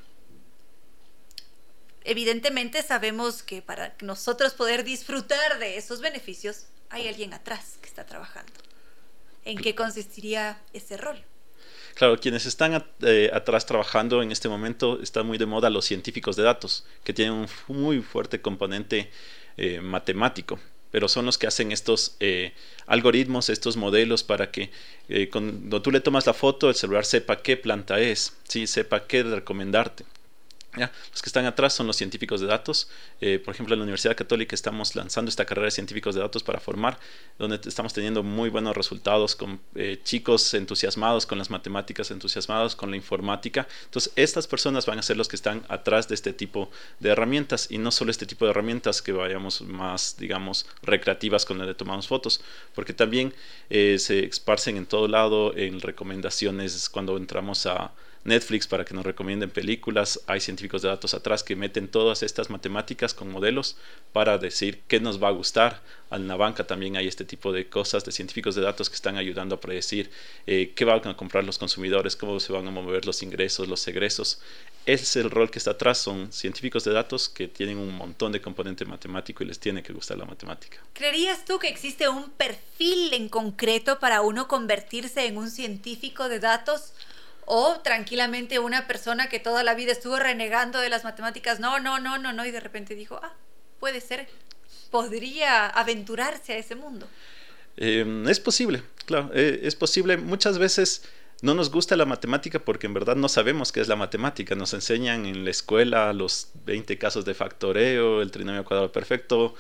Evidentemente sabemos que para nosotros poder disfrutar de esos beneficios hay alguien atrás que está trabajando. ¿En qué consistiría ese rol? Claro, quienes están eh, atrás trabajando en este momento, está muy de moda los científicos de datos, que tienen un muy fuerte componente eh, matemático, pero son los que hacen estos eh, algoritmos, estos modelos para que eh, cuando tú le tomas la foto, el celular sepa qué planta es, ¿sí? Sepa qué recomendarte. ¿Ya? Los que están atrás son los científicos de datos. Eh, por ejemplo, en la Universidad Católica estamos lanzando esta carrera de científicos de datos para formar, donde estamos teniendo muy buenos resultados con eh, chicos entusiasmados con las matemáticas, entusiasmados con la informática. Entonces, estas personas van a ser los que están atrás de este tipo de herramientas, y no solo este tipo de herramientas que vayamos más, digamos, recreativas con las que tomamos fotos, porque también eh, se esparcen en todo lado en recomendaciones cuando entramos a Netflix para que nos recomienden películas. Hay científicos de datos atrás que meten todas estas matemáticas con modelos para decir qué nos va a gustar. En la banca también hay este tipo de cosas de científicos de datos que están ayudando a predecir eh, qué van a comprar los consumidores, cómo se van a mover los ingresos, los egresos. Ese es el rol que está atrás. Son científicos de datos que tienen un montón de componente matemático y les tiene que gustar la matemática. ¿Creerías tú que existe un perfil en concreto para uno convertirse en un científico de datos? O tranquilamente una persona que toda la vida estuvo renegando de las matemáticas, no, no, no, no, no, y de repente dijo, ah, puede ser, podría aventurarse a ese mundo. Eh, es posible, claro, eh, es posible. Muchas veces no nos gusta la matemática porque en verdad no sabemos qué es la matemática. Nos enseñan en la escuela los veinte casos de factoreo, el trinomio cuadrado perfecto,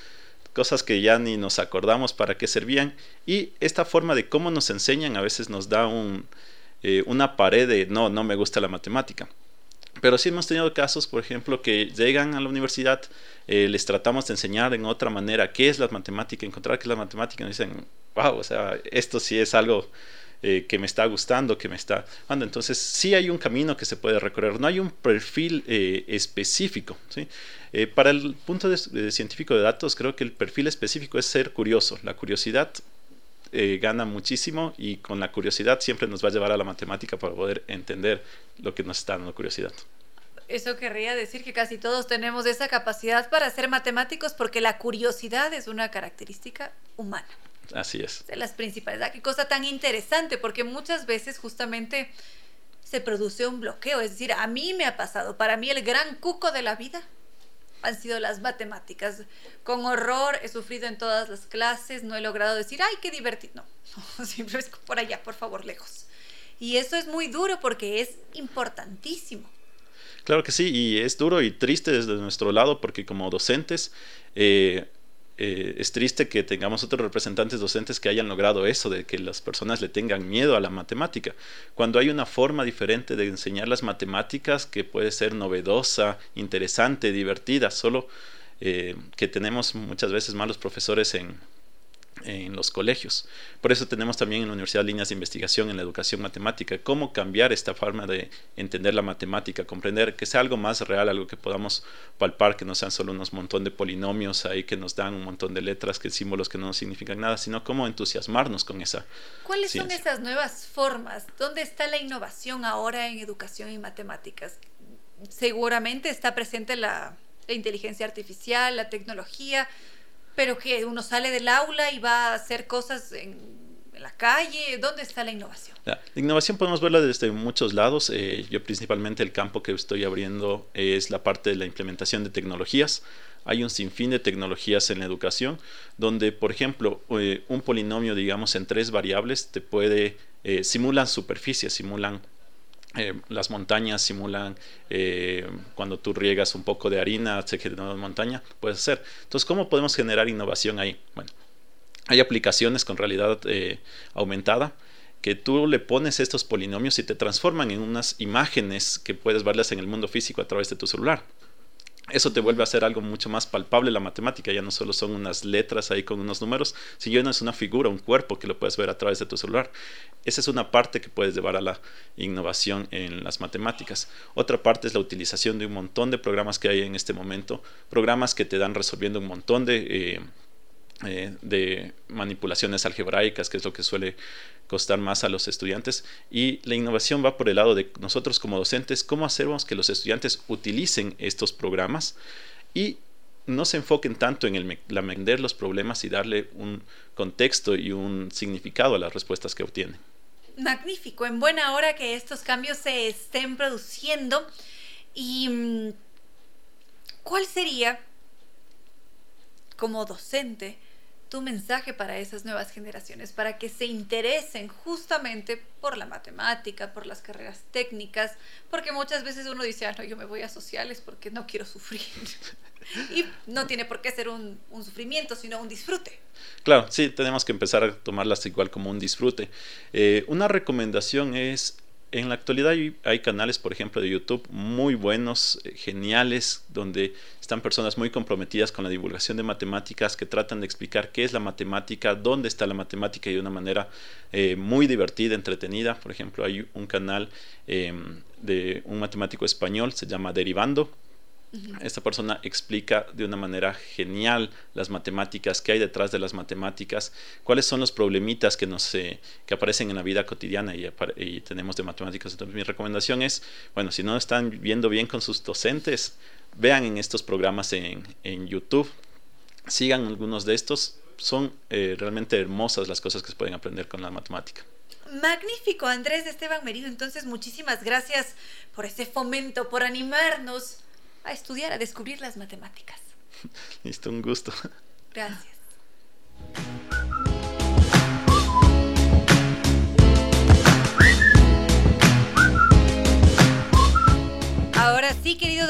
cosas que ya ni nos acordamos para qué servían, y esta forma de cómo nos enseñan a veces nos da un, eh, una pared de no, no me gusta la matemática. Pero sí hemos tenido casos, por ejemplo, que llegan a la universidad, eh, les tratamos de enseñar en otra manera qué es la matemática, encontrar qué es la matemática, y nos dicen, wow, o sea, esto sí es algo eh, que me está gustando, que me está dando. Entonces sí hay un camino que se puede recorrer, no hay un perfil eh, específico, ¿sí? Eh, para el punto de, de científico de datos, creo que el perfil específico es ser curioso. La curiosidad eh, gana muchísimo, y con la curiosidad siempre nos va a llevar a la matemática para poder entender lo que nos está dando curiosidad. Eso querría decir que casi todos tenemos esa capacidad para ser matemáticos, porque la curiosidad es una característica humana. Así es. De las principales. ¿Ah? Qué cosa tan interesante, porque muchas veces justamente se produce un bloqueo. Es decir, a mí me ha pasado, para mí el gran cuco de la vida han sido las matemáticas. Con horror he sufrido en todas las clases, no he logrado decir, ¡ay, qué divertido! No, no, siempre es por allá, por favor, lejos. Y eso es muy duro porque es importantísimo. Claro que sí, y es duro y triste desde nuestro lado, porque como docentes eh, eh, es triste que tengamos otros representantes docentes que hayan logrado eso, de que las personas le tengan miedo a la matemática, cuando hay una forma diferente de enseñar las matemáticas que puede ser novedosa, interesante, divertida, solo eh, que tenemos muchas veces malos profesores en en los colegios. Por eso tenemos también en la universidad líneas de investigación en la educación matemática, cómo cambiar esta forma de entender la matemática, comprender que sea algo más real, algo que podamos palpar, que no sean solo unos montón de polinomios ahí que nos dan un montón de letras, que símbolos que no significan nada, sino cómo entusiasmarnos con esa ¿Cuáles ciencia. son esas nuevas formas? ¿Dónde está la innovación ahora en educación y matemáticas? Seguramente está presente la, la inteligencia artificial, la tecnología, pero que uno sale del aula y va a hacer cosas en, en la calle. ¿Dónde está la innovación? La, la innovación podemos verla desde muchos lados. Eh, yo principalmente el campo que estoy abriendo es la parte de la implementación de tecnologías. Hay un sinfín de tecnologías en la educación, donde, por ejemplo, eh, un polinomio, digamos, en tres variables, te puede, eh, simulan superficies, simulan Eh, las montañas, simulan eh, cuando tú riegas un poco de harina, se genera una montaña, puedes hacer. Entonces, ¿cómo podemos generar innovación ahí? Bueno, hay aplicaciones con realidad eh, aumentada que tú le pones estos polinomios y te transforman en unas imágenes que puedes verlas en el mundo físico a través de tu celular. Eso te vuelve a hacer algo mucho más palpable. La matemática ya no solo son unas letras ahí con unos números, sino es una figura, un cuerpo que lo puedes ver a través de tu celular. Esa es una parte que puedes llevar a la innovación en las matemáticas. Otra parte es la utilización de un montón de programas que hay en este momento, programas que te dan resolviendo un montón de, eh, eh, de manipulaciones algebraicas, que es lo que suele costar más a los estudiantes, y la innovación va por el lado de nosotros como docentes, cómo hacemos que los estudiantes utilicen estos programas y no se enfoquen tanto en el la entender los problemas y darle un contexto y un significado a las respuestas que obtienen. Magnífico, en buena hora que estos cambios se estén produciendo. ¿Y cuál sería, como docente, tu mensaje para esas nuevas generaciones, para que se interesen justamente por la matemática, por las carreras técnicas? Porque muchas veces uno dice, ah, no, yo me voy a sociales porque no quiero sufrir. Y no tiene por qué ser un, un sufrimiento, sino un disfrute. Claro, sí, tenemos que empezar a tomarlas igual como un disfrute. Eh, una recomendación es, en la actualidad hay, hay canales, por ejemplo, de YouTube muy buenos, eh, geniales, donde están personas muy comprometidas con la divulgación de matemáticas, que tratan de explicar qué es la matemática, dónde está la matemática, y de una manera eh, muy divertida, entretenida. Por ejemplo, hay un canal eh, de un matemático español, se llama Derivando. Esta persona explica de una manera genial las matemáticas, qué hay detrás de las matemáticas, cuáles son los problemitas que, nos, eh, que aparecen en la vida cotidiana y, y tenemos de matemáticas. Entonces mi recomendación es, bueno, si no están viendo bien con sus docentes, vean en estos programas en, en YouTube, sigan algunos de estos, son eh, realmente hermosas las cosas que se pueden aprender con la matemática. Magnífico, Andrés Esteban Merino. Entonces, muchísimas gracias por ese fomento, por animarnos a estudiar, a descubrir las matemáticas. Listo, un gusto. Gracias. Ahora sí, querido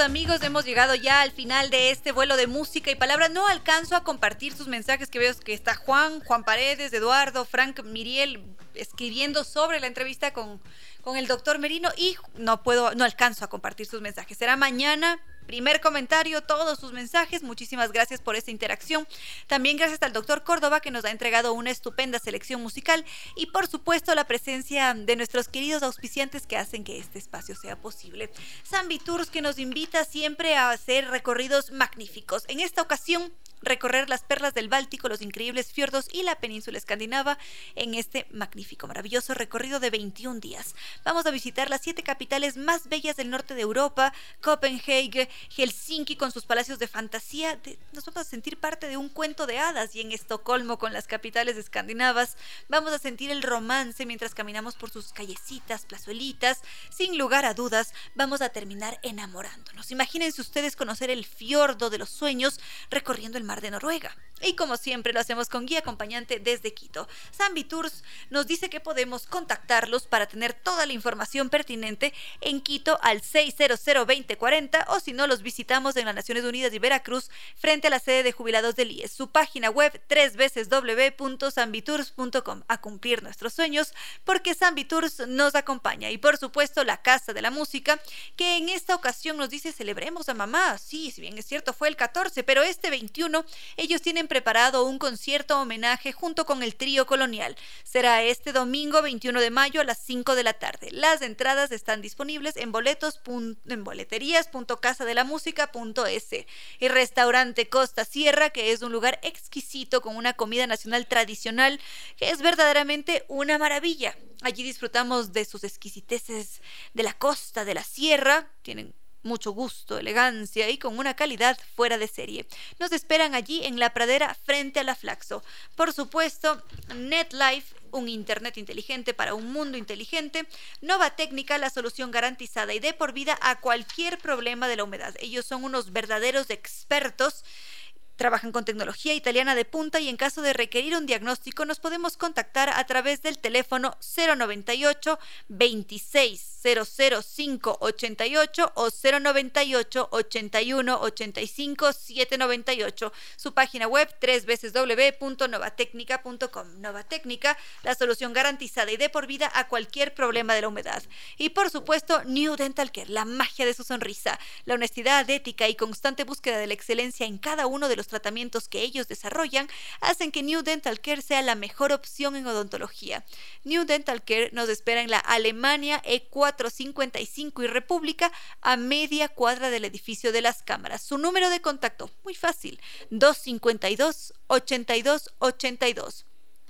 amigos, hemos llegado ya al final de este vuelo de música y palabra. No alcanzo a compartir sus mensajes, que veo que está Juan, Juan Paredes, Eduardo, Frank, Miriel escribiendo sobre la entrevista con, con el doctor Merino, y no puedo, no alcanzo a compartir sus mensajes. Será mañana. Primer comentario, todos sus mensajes. Muchísimas gracias por esta interacción. También gracias al doctor Córdoba, que nos ha entregado una estupenda selección musical, y por supuesto la presencia de nuestros queridos auspiciantes que hacen que este espacio sea posible. Zambi Tours, que nos invita siempre a hacer recorridos magníficos. En esta ocasión, recorrer las perlas del Báltico, los increíbles fiordos y la península escandinava en este magnífico, maravilloso recorrido de veintiún días. Vamos a visitar las siete capitales más bellas del norte de Europa: Copenhague, Helsinki con sus palacios de fantasía. De, nos vamos a sentir parte de un cuento de hadas, y en Estocolmo con las capitales escandinavas vamos a sentir el romance mientras caminamos por sus callecitas, plazuelitas. Sin lugar a dudas, vamos a terminar enamorándonos. Imagínense ustedes conocer el fiordo de los sueños recorriendo el mar de Noruega. Y como siempre lo hacemos con guía acompañante desde Quito. Zambi Tours nos dice que podemos contactarlos para tener toda la información pertinente en Quito al seis cero cero, veinte cuarenta, o si no, los visitamos en las Naciones Unidas y Veracruz, frente a la sede de jubilados del I E S. Su página web, tres veces w punto zambitours punto com. A cumplir nuestros sueños, porque Zambi Tours nos acompaña. Y por supuesto la Casa de la Música, que en esta ocasión nos dice: celebremos a mamá. Sí, si bien es cierto fue el catorce, pero este veintiuno ellos tienen preparado un concierto homenaje junto con el Trío Colonial. Será este domingo veintiuno de mayo a las cinco de la tarde. Las entradas están disponibles en boletos en boleterías punto casa de la música punto es. Y Restaurante Costa Sierra, que es un lugar exquisito con una comida nacional tradicional que es verdaderamente una maravilla. Allí disfrutamos de sus exquisiteces de la costa, de la sierra. Tienen mucho gusto, elegancia y con una calidad fuera de serie. Nos esperan allí en La Pradera, frente a la Flaxo. Por supuesto, NetLife, un internet inteligente para un mundo inteligente. Nova Técnica, la solución garantizada y de por vida a cualquier problema de la humedad. Ellos son unos verdaderos expertos. Trabajan con tecnología italiana de punta, y en caso de requerir un diagnóstico nos podemos contactar a través del teléfono cero noventa y ocho, veintiséis, cero cero cinco, ochenta y ocho o cero noventa y ocho, ochenta y uno, ochenta y cinco, setecientos noventa y ocho. Su página web, tres veces w punto novatecnica punto com. Nova Técnica, la solución garantizada y de por vida a cualquier problema de la humedad. Y por supuesto, New Dental Care, la magia de su sonrisa, la honestidad, ética y constante búsqueda de la excelencia en cada uno de los tratamientos que ellos desarrollan hacen que New Dental Care sea la mejor opción en odontología. New Dental Care nos espera en la Alemania E cuatrocientos cincuenta y cinco y República, a media cuadra del edificio de las cámaras. Su número de contacto, muy fácil, dos cincuenta y dos, ochenta y dos, ochenta y dos.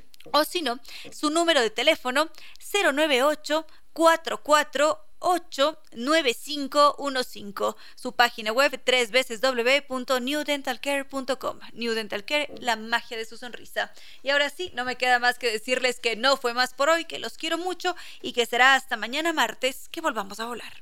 O si no, su número de teléfono, cero noventa y ocho, cuarenta y cuatro, ocho nueve cinco uno cinco. Su página web, tres veces w punto new dental care punto com. New Dental Care, la magia de su sonrisa. Y ahora sí, no me queda más que decirles que no fue más por hoy, que los quiero mucho y que será hasta mañana martes que volvamos a volar.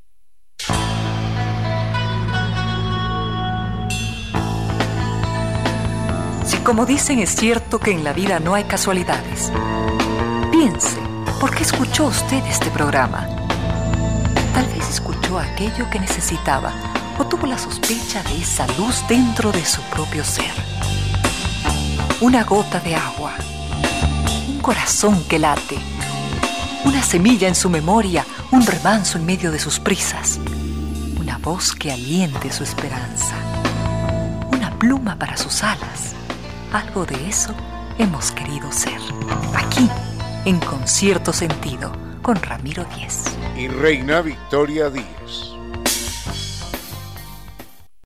Si como dicen es cierto que en la vida no hay casualidades, piense, ¿por qué escuchó usted este programa? Tal vez escuchó aquello que necesitaba o tuvo la sospecha de esa luz dentro de su propio ser. Una gota de agua, un corazón que late, una semilla en su memoria, un remanso en medio de sus prisas, una voz que aliente su esperanza, una pluma para sus alas. Algo de eso hemos querido ser. Aquí, en Concierto Sentido, con Ramiro Díez y Reina Victoria Díez.